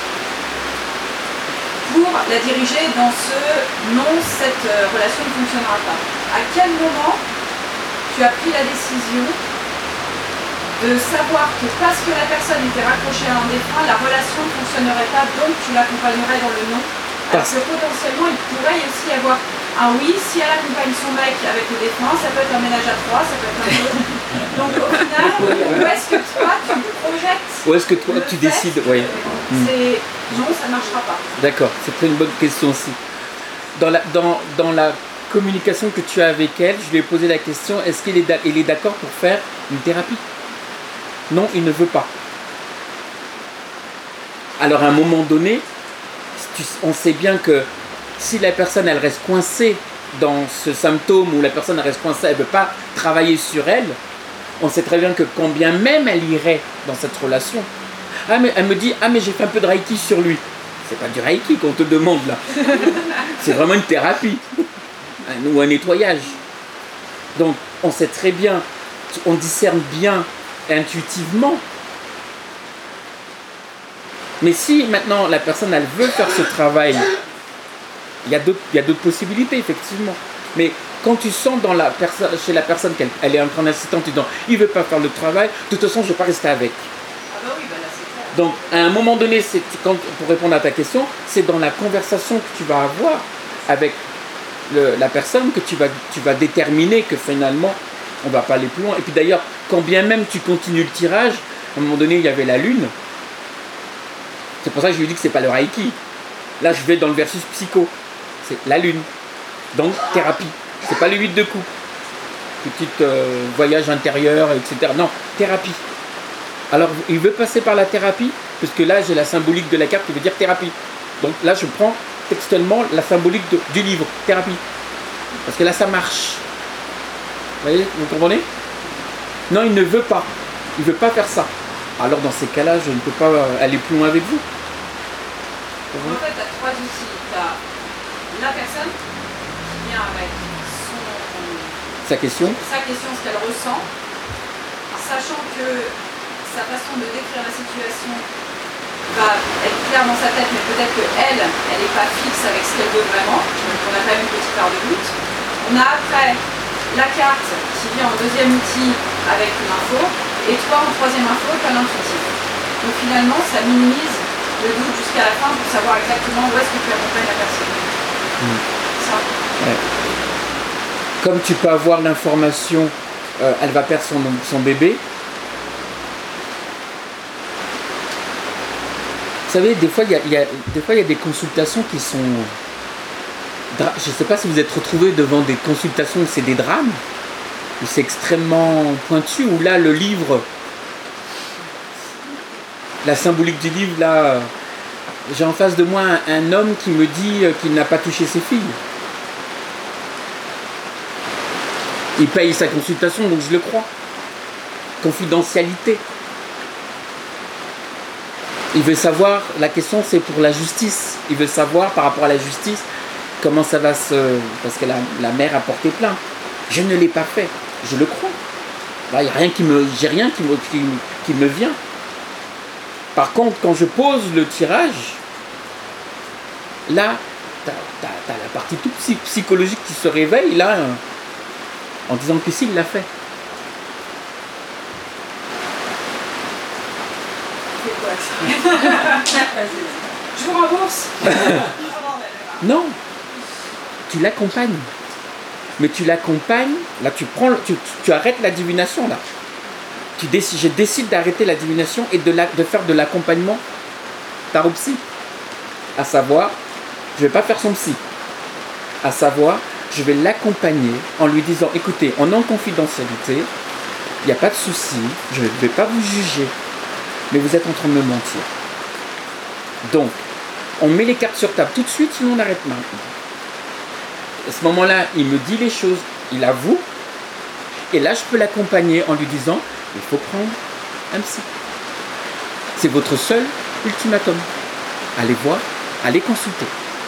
pour la diriger dans ce non, cette relation ne fonctionnera pas. À quel moment tu as pris la décision de savoir que parce que la personne était raccrochée à un défunt, la relation ne fonctionnerait pas, donc tu l'accompagnerais dans le non? Parce que potentiellement, il pourrait aussi y avoir un oui, si elle accompagne son mec avec le défunt, ça peut être un ménage à trois, ça peut être un peu... Donc au final, où est-ce que toi, tu projettes? Où est-ce que toi, tu décides? Oui. C'est... Non, ça ne marchera pas. D'accord, c'est une bonne question aussi. Dans la communication que tu as avec elle, je lui ai posé la question, est-ce qu'il est d'accord pour faire une thérapie? Non, il ne veut pas. Alors à un moment donné, on sait bien que si la personne elle reste coincée dans ce symptôme, ou la personne elle reste coincée, elle ne veut pas travailler sur elle, on sait très bien que quand bien même elle irait dans cette relation, mais elle me dit, mais j'ai fait un peu de Reiki sur lui. C'est pas du Reiki qu'on te demande là. C'est vraiment une thérapie. Ou un nettoyage. Donc on sait très bien, on discerne bien intuitivement. Mais si maintenant la personne elle veut faire ce travail, il y a d'autres possibilités effectivement. Mais quand tu sens chez la personne qu'elle est en train d'insister en te disant il veut pas faire le travail, de toute façon je ne vais pas rester avec. Ah bah oui, bah là c'est clair. Donc à un moment donné, pour répondre à ta question, c'est dans la conversation que tu vas avoir avec la personne que tu vas déterminer que finalement on ne va pas aller plus loin. Et puis d'ailleurs, quand bien même tu continues le tirage, à un moment donné il y avait la lune. C'est pour ça que je lui dis que c'est pas le Reiki. Là je vais dans le versus psycho. C'est la lune. Donc thérapie. C'est pas le 8 de coupe. Petit voyage intérieur, etc. Non, thérapie. Alors il veut passer par la thérapie, parce que là j'ai la symbolique de la carte qui veut dire thérapie. Donc là je prends textuellement la symbolique du livre, thérapie. Parce que là ça marche. Vous voyez, vous comprenez? Non, il ne veut pas. Il ne veut pas faire ça. Alors dans ces cas-là, je ne peux pas aller plus loin avec vous. En fait, tu as trois outils. Tu as la personne qui vient avec sa question, ce qu'elle ressent, sachant que sa façon de décrire la situation va être claire dans sa tête, mais peut-être qu'elle n'est pas fixe avec ce qu'elle veut vraiment. Donc on a quand même une petite part de doute. On a après la carte qui vient en deuxième outil avec une info, et toi en troisième info, tu as l'intuitif. Donc finalement, ça minimise le doute jusqu'à la fin pour savoir exactement où est-ce que tu accompagnes la personne. Ça. Ouais. Comme tu peux avoir l'information, elle va perdre son bébé. Vous savez, des fois, il y a des consultations qui sont... Je ne sais pas si vous êtes retrouvés devant des consultations où c'est des drames, où c'est extrêmement pointu, où là, le livre, la symbolique du livre, là, j'ai en face de moi un homme qui me dit qu'il n'a pas touché ses filles. Il paye sa consultation, donc je le crois. Confidentialité. Il veut savoir, la question c'est pour la justice. Il veut savoir par rapport à la justice comment ça va se... Parce que la mère a porté plainte. Je ne l'ai pas fait, je le crois. Là, j'ai rien qui me vient. Par contre, quand je pose le tirage, là, t'as la partie toute psychologique qui se réveille, là, en disant que si, il l'a fait. Je vous rembourse. Non, tu l'accompagnes. Mais tu l'accompagnes, là tu arrêtes la divination là. Je décide d'arrêter la divination et de faire de l'accompagnement taropsy. À savoir, je ne vais pas faire son psy. À savoir, je vais l'accompagner en lui disant, écoutez, on est en confidentialité, il n'y a pas de souci, je ne vais pas vous juger, mais vous êtes en train de me mentir. Donc, on met les cartes sur table tout de suite, sinon on arrête maintenant. À ce moment-là, il me dit les choses, il avoue, et là, je peux l'accompagner en lui disant, il faut prendre un psy. C'est votre seul ultimatum. Allez voir, allez consulter.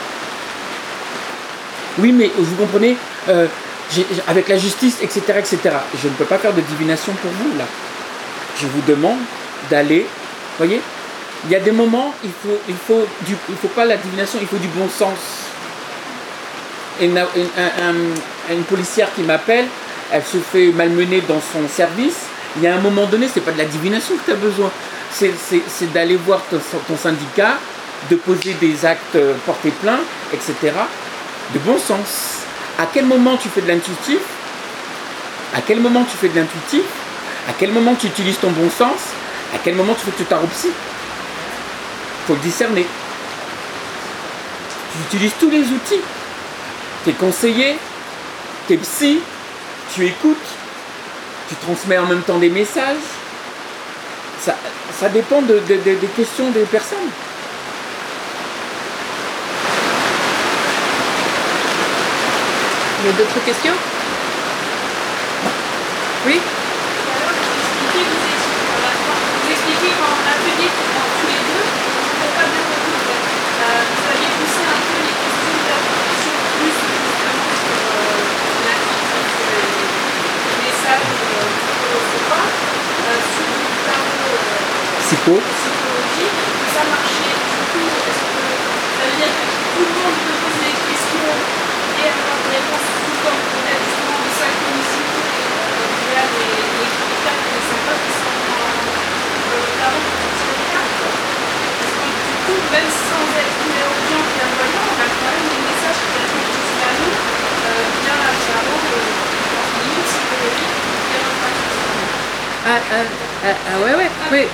Oui, mais vous comprenez, avec la justice, etc., etc., je ne peux pas faire de divination pour vous, là. Je vous demande d'aller, voyez, il y a des moments, il faut pas la divination, il faut du bon sens. Et une policière qui m'appelle, elle se fait malmener dans son service. Il y a un moment donné, c'est pas de la divination que tu as besoin. C'est d'aller voir ton syndicat, de poser des actes, porter plainte, etc. De bon sens. À quel moment tu fais de l'intuitif? À quel moment tu fais de l'intuitif? À quel moment tu utilises ton bon sens? À quel moment tu fais de taropsy? Il faut le discerner. Tu utilises tous les outils. Tu es conseiller, tu es psy, tu écoutes, tu transmets en même temps des messages. Ça dépend des questions des personnes. Il y a d'autres questions? Oui? Vous expliquez qu'en atelier, tous les deux, vous n'êtes pas bien compris. Vous aviez poussé un peu les questions de la profession plus justement sur l'intuitif, les messages qu'on peut recevoir, sur le tarot psychologique, ça marchait. Du coup, est-ce que ça veut dire que tout le monde peut poser des questions et avoir des réponses sous forme peut-être justement de synchronicité via les critères que les symboles qui sont dans le tarot pour tirer les cartes. Parce que du coup, même sans être clairaudient et clairvoyant, on a quand même des messages qui répondent jusqu'à nous via un tarot limite psychologique via notre pratique. Ouais.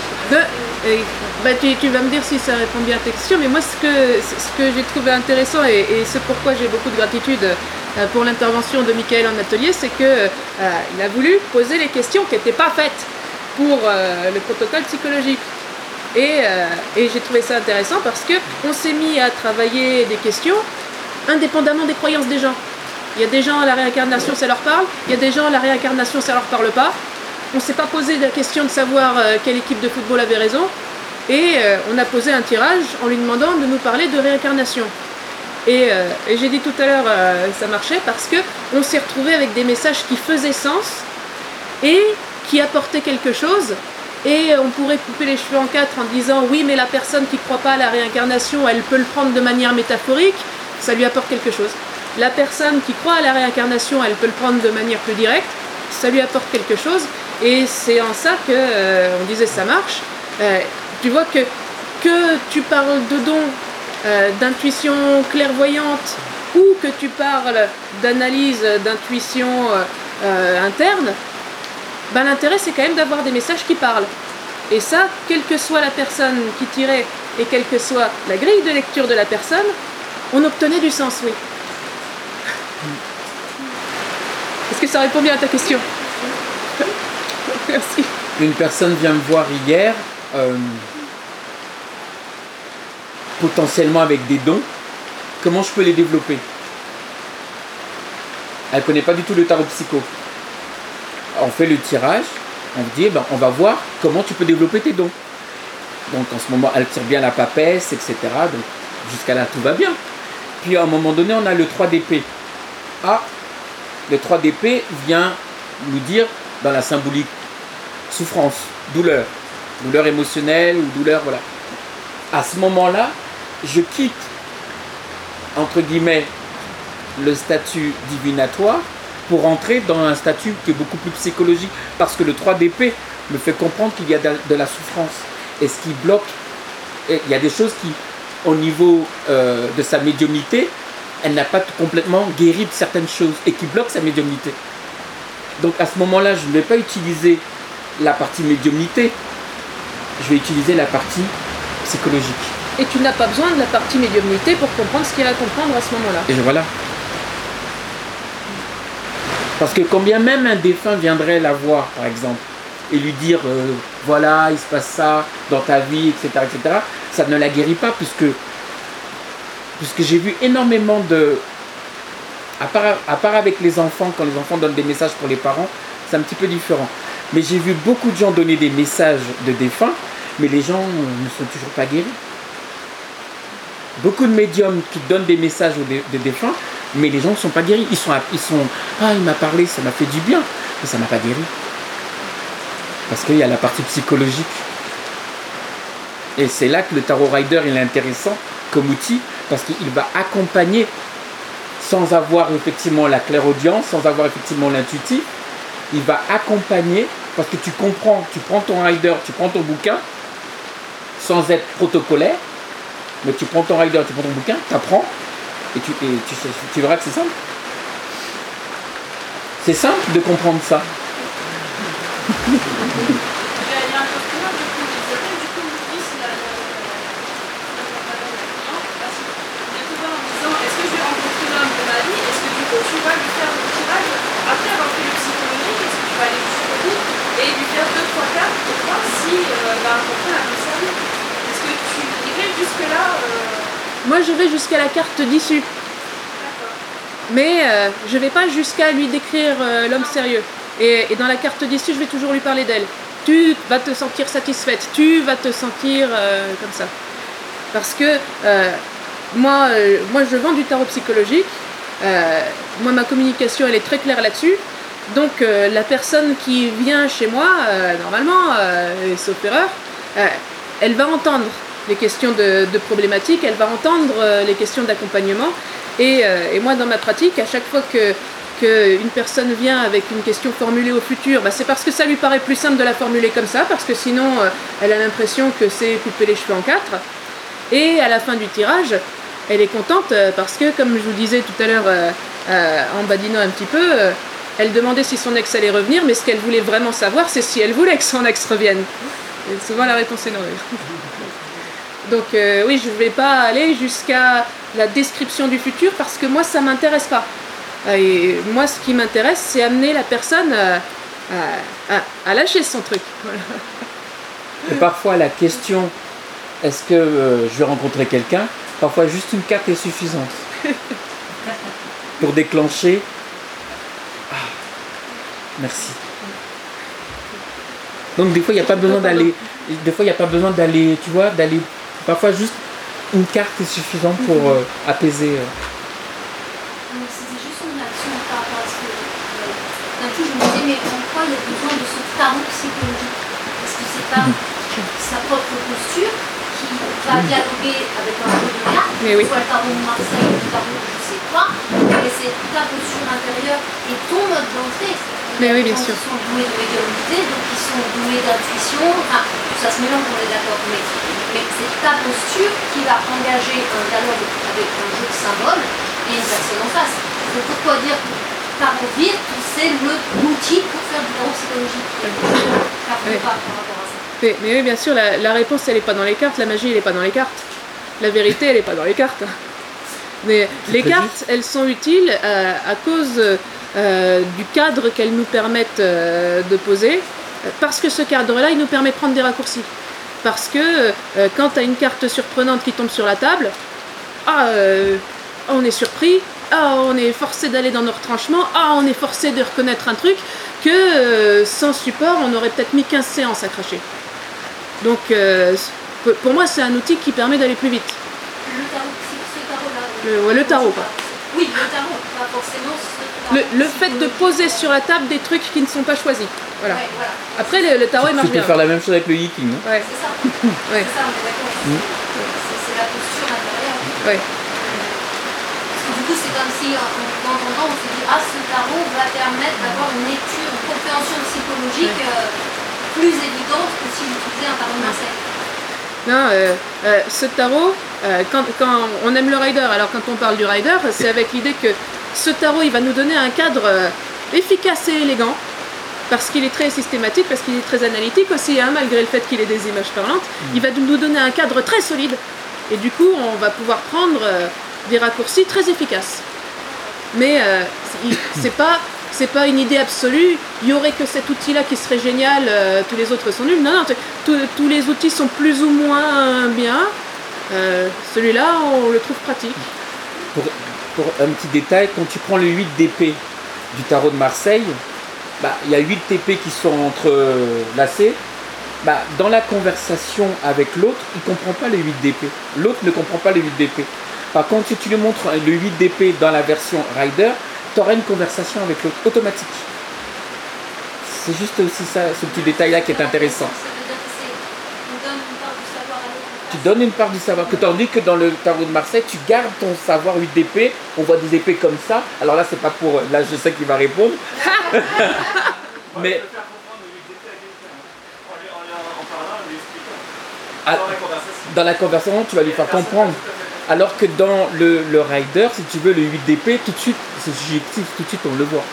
Tu vas me dire si ça répond bien à ta question, mais moi ce que j'ai trouvé intéressant et ce pourquoi j'ai beaucoup de gratitude pour l'intervention de Michael en atelier, c'est que il a voulu poser les questions qui n'étaient pas faites pour le protocole psychologique. Et j'ai trouvé ça intéressant parce qu'on s'est mis à travailler des questions indépendamment des croyances des gens. Il y a des gens, la réincarnation, ça leur parle. Il y a des gens, la réincarnation, ça leur parle pas. On ne s'est pas posé la question de savoir quelle équipe de football avait raison. Et on a posé un tirage en lui demandant de nous parler de réincarnation. Et j'ai dit tout à l'heure, ça marchait parce qu'on s'est retrouvé avec des messages qui faisaient sens et qui apportaient quelque chose. Et on pourrait couper les cheveux en quatre en disant oui, mais la personne qui ne croit pas à la réincarnation, elle peut le prendre de manière métaphorique, ça lui apporte quelque chose. La personne qui croit à la réincarnation, elle peut le prendre de manière plus directe, ça lui apporte quelque chose. Et c'est en ça que on disait ça marche. Tu vois que tu parles de dons, d'intuition clairvoyante, ou que tu parles d'analyse, d'intuition interne, ben l'intérêt c'est quand même d'avoir des messages qui parlent. Et ça, quelle que soit la personne qui tirait et quelle que soit la grille de lecture de la personne, on obtenait du sens, oui. Est-ce que ça répond bien à ta question? Merci. Une personne vient me voir hier potentiellement avec des dons, comment je peux les développer? Elle ne connaît pas du tout le tarot psycho. On fait le tirage, on dit, on va voir comment tu peux développer tes dons. Donc en ce moment, elle tire bien la papesse, etc. Donc jusqu'à là, tout va bien. Puis à un moment donné, on a le 3 d'épée. Ah, le 3 d'épée vient nous dire, dans la symbolique, souffrance, douleur émotionnelle ou douleur, voilà. À ce moment-là, je quitte, entre guillemets, le statut divinatoire pour entrer dans un statut qui est beaucoup plus psychologique, parce que le 3 d'épée me fait comprendre qu'il y a de la souffrance. Et ce qui bloque, il y a des choses qui, au niveau de sa médiumnité, elle n'a pas complètement guéri de certaines choses et qui bloquent sa médiumnité. Donc à ce moment-là, je ne vais pas utiliser la partie médiumnité, je vais utiliser la partie psychologique. Et tu n'as pas besoin de la partie médiumnité pour comprendre ce qu'il y a à comprendre à ce moment-là. Et voilà. Parce que combien même un défunt viendrait la voir, par exemple, et lui dire voilà, il se passe ça dans ta vie, etc., etc., ça ne la guérit pas, puisque j'ai vu énormément de... À part avec les enfants, quand les enfants donnent des messages pour les parents, c'est un petit peu différent. Mais j'ai vu beaucoup de gens donner des messages de défunts, mais les gens ne sont toujours pas guéris. Beaucoup de médiums qui donnent des messages de défunts, mais les gens ne sont pas guéris. Ils sont ah, il m'a parlé, ça m'a fait du bien, mais ça ne m'a pas guéri. Parce qu'il y a la partie psychologique. Et c'est là que le Tarot Rider il est intéressant comme outil, parce qu'il va accompagner sans avoir effectivement la clairaudience, sans avoir effectivement l'intuitif. Il va accompagner, parce que tu comprends, tu prends ton rider, tu prends ton bouquin, sans être protocolaire, mais tu prends ton rider, tu prends ton bouquin, tu apprends, et tu verras que c'est simple. C'est simple de comprendre ça. Tu vas lui faire le tirage après avoir fait le psychologique, est-ce que tu vas aller jusqu'au bout et lui faire 2-3 cartes pour voir si va rencontrer un mystérieux? Est-ce que tu irais jusque-là Moi je vais jusqu'à la carte d'issue. D'accord. Mais je vais pas jusqu'à lui décrire l'homme sérieux. Et dans la carte d'issue, je vais toujours lui parler d'elle. Tu vas te sentir satisfaite, tu vas te sentir comme ça. Parce que moi je vends du tarot psychologique. Moi ma communication elle est très claire là-dessus, donc la personne qui vient chez moi normalement, sauf erreur, elle va entendre les questions de problématiques, elle va entendre les questions d'accompagnement et moi dans ma pratique à chaque fois qu'une personne vient avec une question formulée au futur, c'est parce que ça lui paraît plus simple de la formuler comme ça, parce que sinon elle a l'impression que c'est couper les cheveux en 4, et à la fin du tirage elle est contente parce que, comme je vous disais tout à l'heure en badinant un petit peu, elle demandait si son ex allait revenir, mais ce qu'elle voulait vraiment savoir, c'est si elle voulait que son ex revienne. Et souvent la réponse est non. Donc oui, je ne vais pas aller jusqu'à la description du futur parce que moi, ça ne m'intéresse pas. Et moi, ce qui m'intéresse, c'est amener la personne à lâcher son truc. Voilà. Et parfois, la question, est-ce que je vais rencontrer quelqu'un ? Parfois, juste une carte est suffisante pour déclencher. Ah, merci. Donc, des fois, il n'y a pas besoin d'aller. Des fois, il n'y a pas besoin d'aller, tu vois, d'aller. Parfois, juste une carte est suffisante pour apaiser. C'était juste une action par rapport à ce que. D'un coup, je me disais, mais pourquoi il y a besoin de ce tarot psychologique? Est-ce que c'est pas sa propre posture qui va dialoguer avec un jeu de cartes, soit le tarot de Marseille ou le tarot de je sais quoi, mais c'est ta posture intérieure et ton mode d'entrée. Mais oui, bien sûr. Ils sont doués de médiumnité, donc ils sont doués d'intuition, enfin, tout ça se mélange, on est d'accord, mais c'est ta posture qui va engager un dialogue avec un jeu de symboles et une personne en face. Donc pourquoi dire tarot vide, c'est l'outil pour faire du tarot psychologique. Car on pas par rapport à ça. Mais oui, bien sûr, la réponse, elle n'est pas dans les cartes, la magie, elle n'est pas dans les cartes. La vérité, elle n'est pas dans les cartes. Mais les cartes, elles sont utiles à cause du cadre qu'elles nous permettent de poser, parce que ce cadre-là, il nous permet de prendre des raccourcis. Parce que quand tu as une carte surprenante qui tombe sur la table, on est surpris, on est forcé d'aller dans nos retranchements, on est forcé de reconnaître un truc que sans support, on aurait peut-être mis 15 séances à cracher. Donc, pour moi, c'est un outil qui permet d'aller plus vite. Le tarot, c'est ce tarot-là. Le tarot, quoi. Oui, le tarot, pas forcément ce tarot. Le fait de poser sur la table des trucs qui ne sont pas choisis. Voilà. Ouais, voilà. Après, le tarot, il marche Tu peux bien. faire la même chose avec le yiking. Hein. Ouais. C'est ça. Ouais. C'est ça, on est d'accord. C'est la posture intérieure. Ouais. Parce que du coup, c'est comme si, en entendant, on se dit ce tarot va permettre d'avoir une lecture, une compréhension psychologique plus évidente que si j'utilisais un tarot de Marseille. Non, ce tarot, quand on aime le rider, alors quand on parle du rider, c'est avec l'idée que ce tarot, il va nous donner un cadre efficace et élégant, parce qu'il est très systématique, parce qu'il est très analytique aussi, malgré le fait qu'il ait des images parlantes. Il va nous donner un cadre très solide, et du coup, on va pouvoir prendre des raccourcis très efficaces. Mais c'est pas une idée absolue, il y aurait que cet outil-là qui serait génial, tous les autres sont nuls. Non, tous les outils sont plus ou moins bien. Celui-là, on le trouve pratique. Pour un petit détail, quand tu prends le 8 d'épée du tarot de Marseille, il y a 8 épées qui sont entrelacées. Dans la conversation avec l'autre, il ne comprend pas le 8 d'épée. L'autre ne comprend pas le 8 d'épée. Par contre, si tu lui montres le 8 d'épée dans la version Rider, tu auras une conversation avec l'autre automatique. C'est juste aussi ça, ce petit détail-là qui est intéressant. Ça veut dire que on donne une part du savoir à l'autre. Tu donnes une part du savoir. Tandis que dans le tarot de Marseille, tu gardes ton savoir 8 d'épée. On voit des épées comme ça. Alors là, c'est pas pour... Là, je sais qu'il va répondre. Mais... Dans la conversation, tu vas lui faire comprendre. Alors que dans le rider, si tu veux, le 8 d'épée, tout de suite, c'est subjectif, tout de suite on le voit.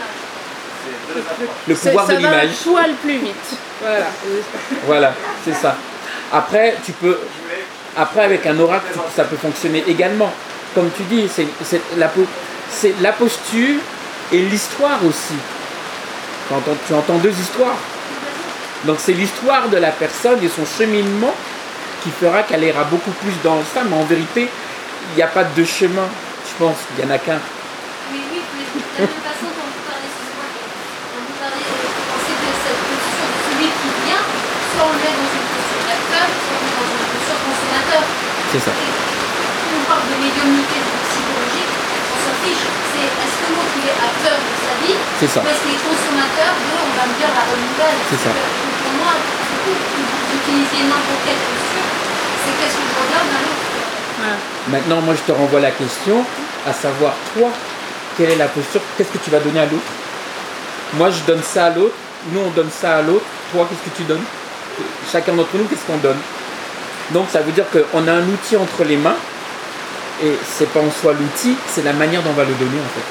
Le pouvoir de l'image. Ça va un poil plus vite. Voilà, c'est ça. Après, avec un oracle, ça peut fonctionner également. Comme tu dis, c'est la posture et l'histoire aussi. Tu entends deux histoires. Donc c'est l'histoire de la personne et son cheminement qui fera qu'elle ira beaucoup plus dans ça, mais en vérité, il n'y a pas de chemin, je pense, il n'y en a qu'un. Oui, de la même façon quand vous parlez, pensez de cette position de celui qui vient, soit on le met dans une posture d'acteur, soit on le met dans une posture consommateur. C'est ça. Quand on parle de médiumnité psychologique, on s'en fiche. C'est est-ce que l'autre il est acteur de sa vie, c'est ça. ou est-ce qu'il est consommateur de, on va me dire, la renouvelle. C'est ça. Pour moi, que vous utilisiez n'importe quelle posture, c'est qu'est-ce que je regarde à l'autre. Voilà. Maintenant, moi, je te renvoie la question, à savoir, toi, quelle est la posture, qu'est-ce que tu vas donner à l'autre? Moi, je donne ça à l'autre, nous, on donne ça à l'autre, toi, qu'est-ce que tu donnes? Chacun d'entre nous, qu'est-ce qu'on donne? Donc, ça veut dire qu'on a un outil entre les mains, et c'est pas en soi l'outil, c'est la manière dont on va le donner, en fait.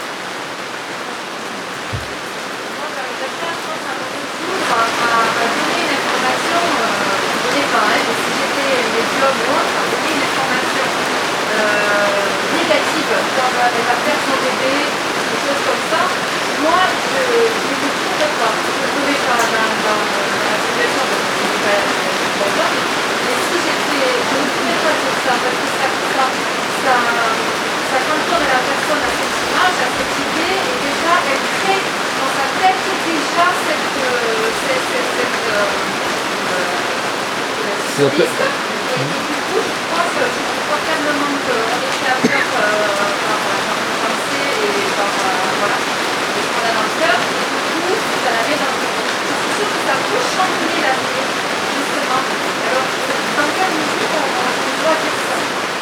Ça contourne la personne à cette image, à cette idée, et déjà elle crée dans sa tête déjà cette liste. Et du coup, je pense que je crois calmement qu'on est créateur par la pensée et par ce qu'on a dans le cœur. Du coup, ça la met dans le cœur. Je suis sûre que ça peut chambouler la vie, justement. Alors, dans quelle mesure on doit dire ça?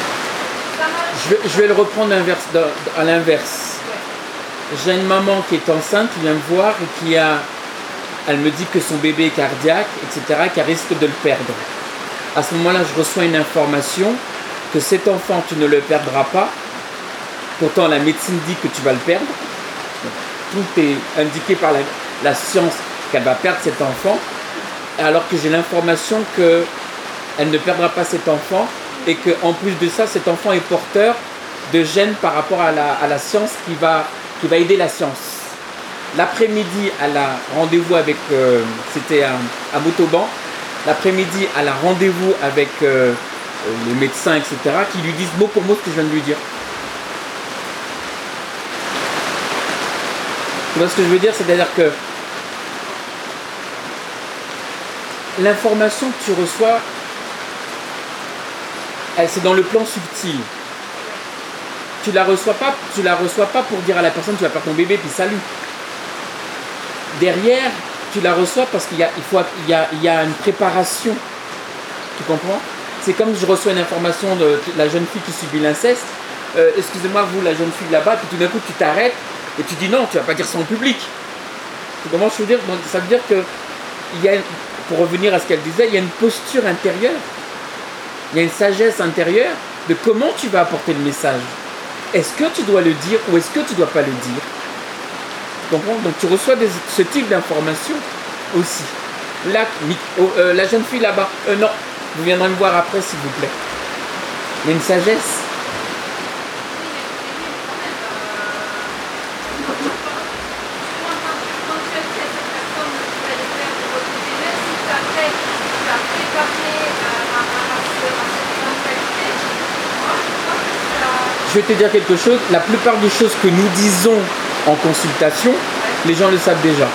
Je vais le reprendre à l'inverse. J'ai une maman qui est enceinte, qui vient me voir et elle me dit que son bébé est cardiaque, etc., qu'elle risque de le perdre. À ce moment-là, je reçois une information que cet enfant, tu ne le perdras pas. Pourtant, la médecine dit que tu vas le perdre. Tout est indiqué par la science qu'elle va perdre cet enfant, alors que j'ai l'information qu'elle ne perdra pas cet enfant. Et qu'en plus de ça, cet enfant est porteur de gènes par rapport à la science qui va aider la science. L'après-midi, elle a rendez-vous avec, c'était à Montauban, l'après-midi, elle a rendez-vous avec les médecins, etc., qui lui disent mot pour mot ce que je viens de lui dire. Tu vois ce que je veux dire? C'est-à-dire que l'information que tu reçois, c'est dans le plan subtil. Tu la reçois pas pour dire à la personne tu vas faire ton bébé puis salut. Derrière, tu la reçois parce qu'il y a une préparation. Tu comprends? C'est comme si je reçois une information de la jeune fille qui subit l'inceste. Excusez-moi, vous, la jeune fille là-bas, puis tout d'un coup tu t'arrêtes et tu dis non, tu vas pas dire ça en public. Tu comprends ce que je veux dire? Donc, ça veut dire que pour revenir à ce qu'elle disait, il y a une posture intérieure. Il y a une sagesse intérieure de comment tu vas apporter le message. Est-ce que tu dois le dire ou est-ce que tu ne dois pas le dire? Tu comprends? Donc tu reçois ce type d'informations aussi. Là, la jeune fille là-bas, non, vous viendrez me voir après s'il vous plaît. Il y a une sagesse. Je vais te dire quelque chose, la plupart des choses que nous disons en consultation, les gens le savent déjà.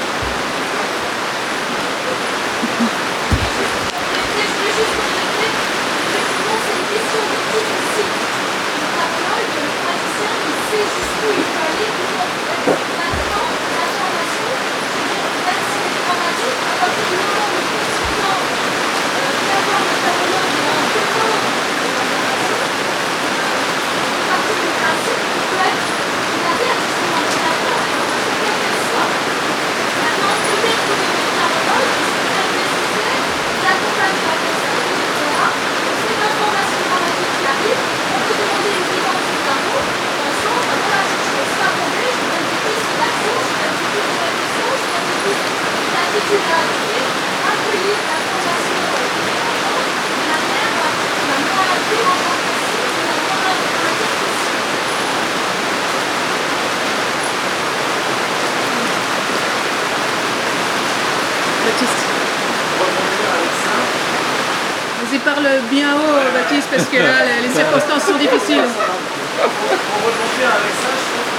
Vas-y, parle bien haut, Baptiste, parce que là, les circonstances sont difficiles. Pour rebondir avec ça, je trouve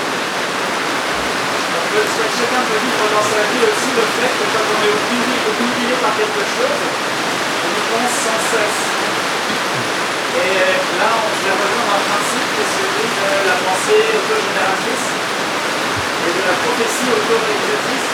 que chacun peut vivre dans sa vie aussi le fait que quand on est obnubilé par quelque chose, on y pense sans cesse. Et là, je vais rejoindre un principe qui est celui de la pensée autogénératrice et de la prophétie auto-réalisatrice.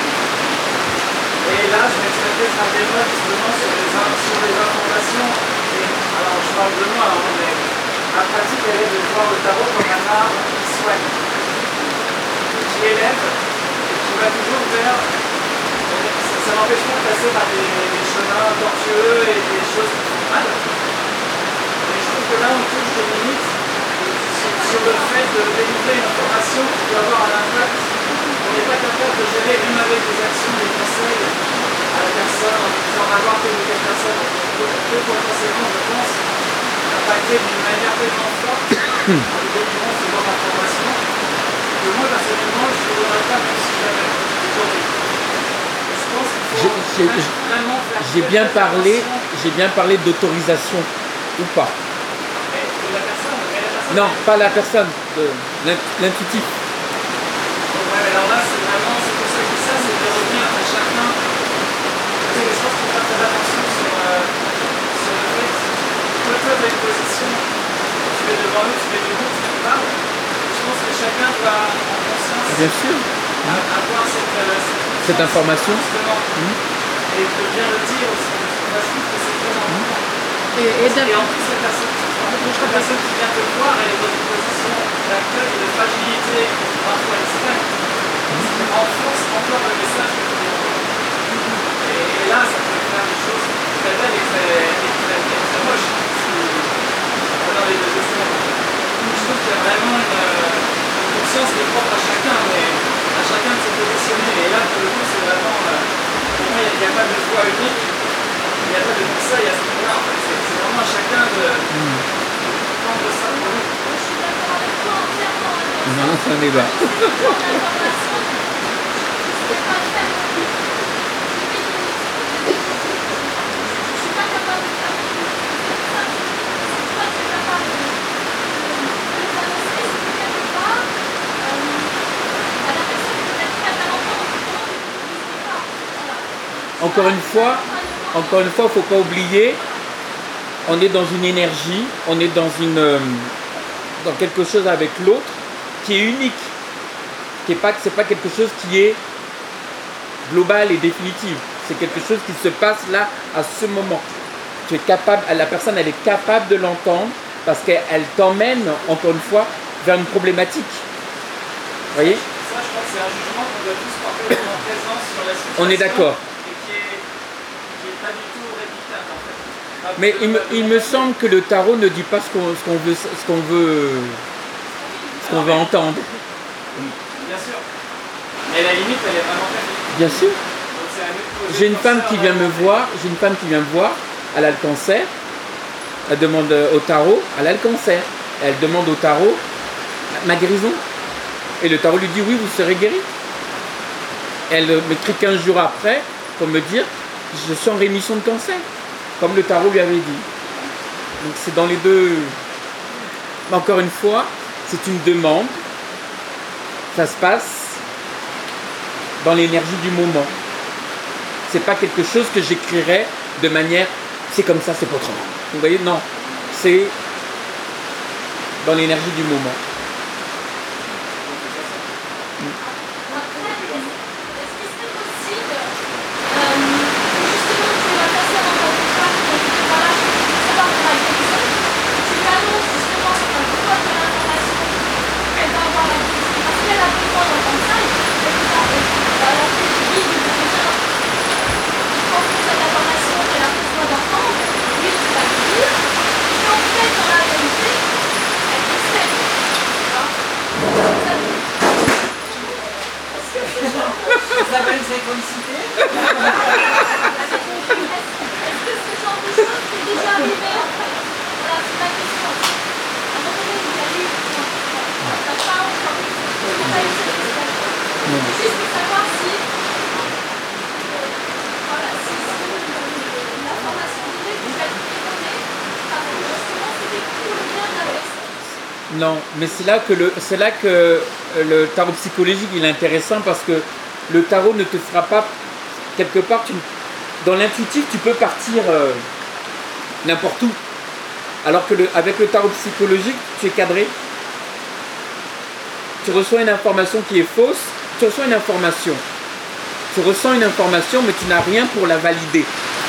Et là, je mettrais peut-être un débat justement sur les informations. Et, alors, je parle de moi, mais ma pratique, elle est de voir le tarot comme un art qui soigne, qui élève, et qui va toujours vers... Ça n'empêche pas de passer par des chemins tortueux et des choses qui font mal. Mais je trouve que là, on touche des limites sur le fait de délivrer une information qui peut avoir un impact. On n'est pas capable de gérer, même avec des actions, des conseils à la personne, en disant avoir telle ou telle personne. Peut potentiellement, je pense, impacter d'une manière tellement forte en délivrant ce genre d'informations que moi, personnellement, je ne voudrais pas même si jamais aujourd'hui. Je pense qu'il faut vraiment faire j'ai bien parlé d'autorisation ou pas. Mais de la personne, non, pas la personne, l'intuitif. Ouais, mais alors là, c'est pour ça que je dis ça, c'est de revenir à chacun. Parce que je pense qu'il faut faire très attention sur le fait que toi, tu as une position, tu es devant nous, tu es debout, tu te parles. Je pense que chacun doit, en conscience, bien sûr, avoir cette information. Et de bien le dire aussi. Moi, je trouve que c'est très important. Et en plus, la personne qui vient te voir, elle est dans une position d'accueil et de fragilité parfois extrême. Ce qui renforce encore le message que tu délivres. Et là, ça peut faire des choses très belles et très moches. Dans les deux extrêmes. Je trouve qu'il y a vraiment une conscience qui est propre à chacun, mais à chacun de se positionner. Et là, pour le coup, c'est vraiment. Pour moi, il n'y a pas de voie unique. Il n'y a pas de conseil à ce niveau-là. En fait. C'est vraiment à chacun de prendre ça pour nous. Je suis d'accord avec toi entièrement. Non, c'est un débat. encore une fois, il ne faut pas oublier, on est dans une énergie, on est dans quelque chose avec l'autre qui est unique. C'est pas quelque chose qui est global et définitif. C'est quelque chose qui se passe là, à ce moment. La personne, elle est capable de l'entendre parce qu'elle t'emmène, encore une fois, vers une problématique. Vous voyez ? Ça, je crois que c'est un jugement qu'on doit tous porter en présence sur la situation. On est d'accord. Et qui est pas du tout réplicable, en fait. Mais il me semble que le tarot ne dit pas ce qu'on veut entendre. Bien sûr. Mais la limite, elle est vraiment faible. Bien sûr. Donc, c'est à nous de poser J'ai une pour femme ça, qui vient me voir, elle a le cancer, elle demande au tarot, elle a le cancer, elle demande au tarot ma guérison. Et le tarot lui dit oui, vous serez guéri. Elle m'écrit 15 jours après pour me dire je suis en rémission de cancer, comme le tarot lui avait dit. Donc c'est dans les deux. Encore une fois, c'est une demande, ça se passe dans l'énergie du moment. C'est pas quelque chose que j'écrirais de manière c'est comme ça, c'est pas autrement. Vous voyez, non. C'est dans l'énergie du moment. Ça s'appelle synchronicité. Est-ce que ce genre de choses t'est déjà arrivé en fait? Voilà, c'est la question. À un moment donné, il y a eu. T'as pas encore eu. T'as pas eu cette question. Juste pour savoir si. Voilà, si l'information donnée vous êtes étonnée par justement c'était tout le lien avec ça. Non, mais c'est là que le tarot psychologique il est intéressant parce que le tarot ne te fera pas quelque part. Dans l'intuitif, tu peux partir n'importe où. Alors que avec le tarot psychologique, tu es cadré. Tu reçois une information qui est fausse. Tu reçois une information. Tu ressens une information, mais tu n'as rien pour la valider.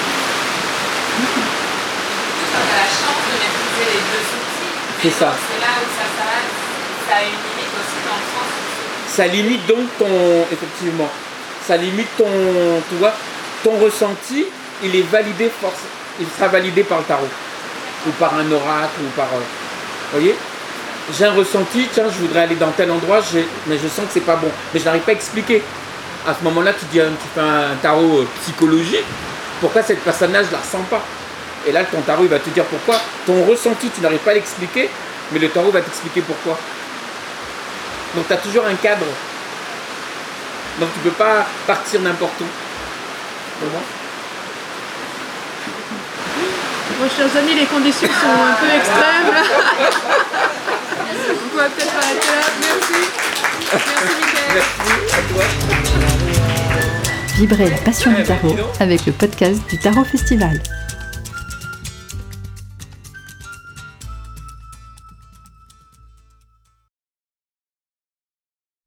Ça a la chance de maîtriser les deux outils. C'est ça. C'est là où ça s'arrête. Ça a une limite aussi dans le sens où Ça limite donc effectivement, ça limite tu vois, ton ressenti, il est validé il sera validé par le tarot, ou par un oracle, ou par, vous voyez, j'ai un ressenti, tiens, je voudrais aller dans tel endroit, mais je sens que c'est pas bon, mais je n'arrive pas à expliquer. À ce moment-là, tu fais un tarot psychologique, pourquoi cette personne-là, je la ressens pas? Et là, ton tarot, il va te dire pourquoi. Ton ressenti, tu n'arrives pas à l'expliquer, mais le tarot va t'expliquer pourquoi. Donc tu as toujours un cadre. Donc tu ne peux pas partir n'importe où. Bon. Bon, chers amis, les conditions sont un peu extrêmes là. On va peut-être arrêter là. Merci. Merci Mickaël. Merci à toi. Vibrez la passion du tarot avec le podcast du Tarot Festival.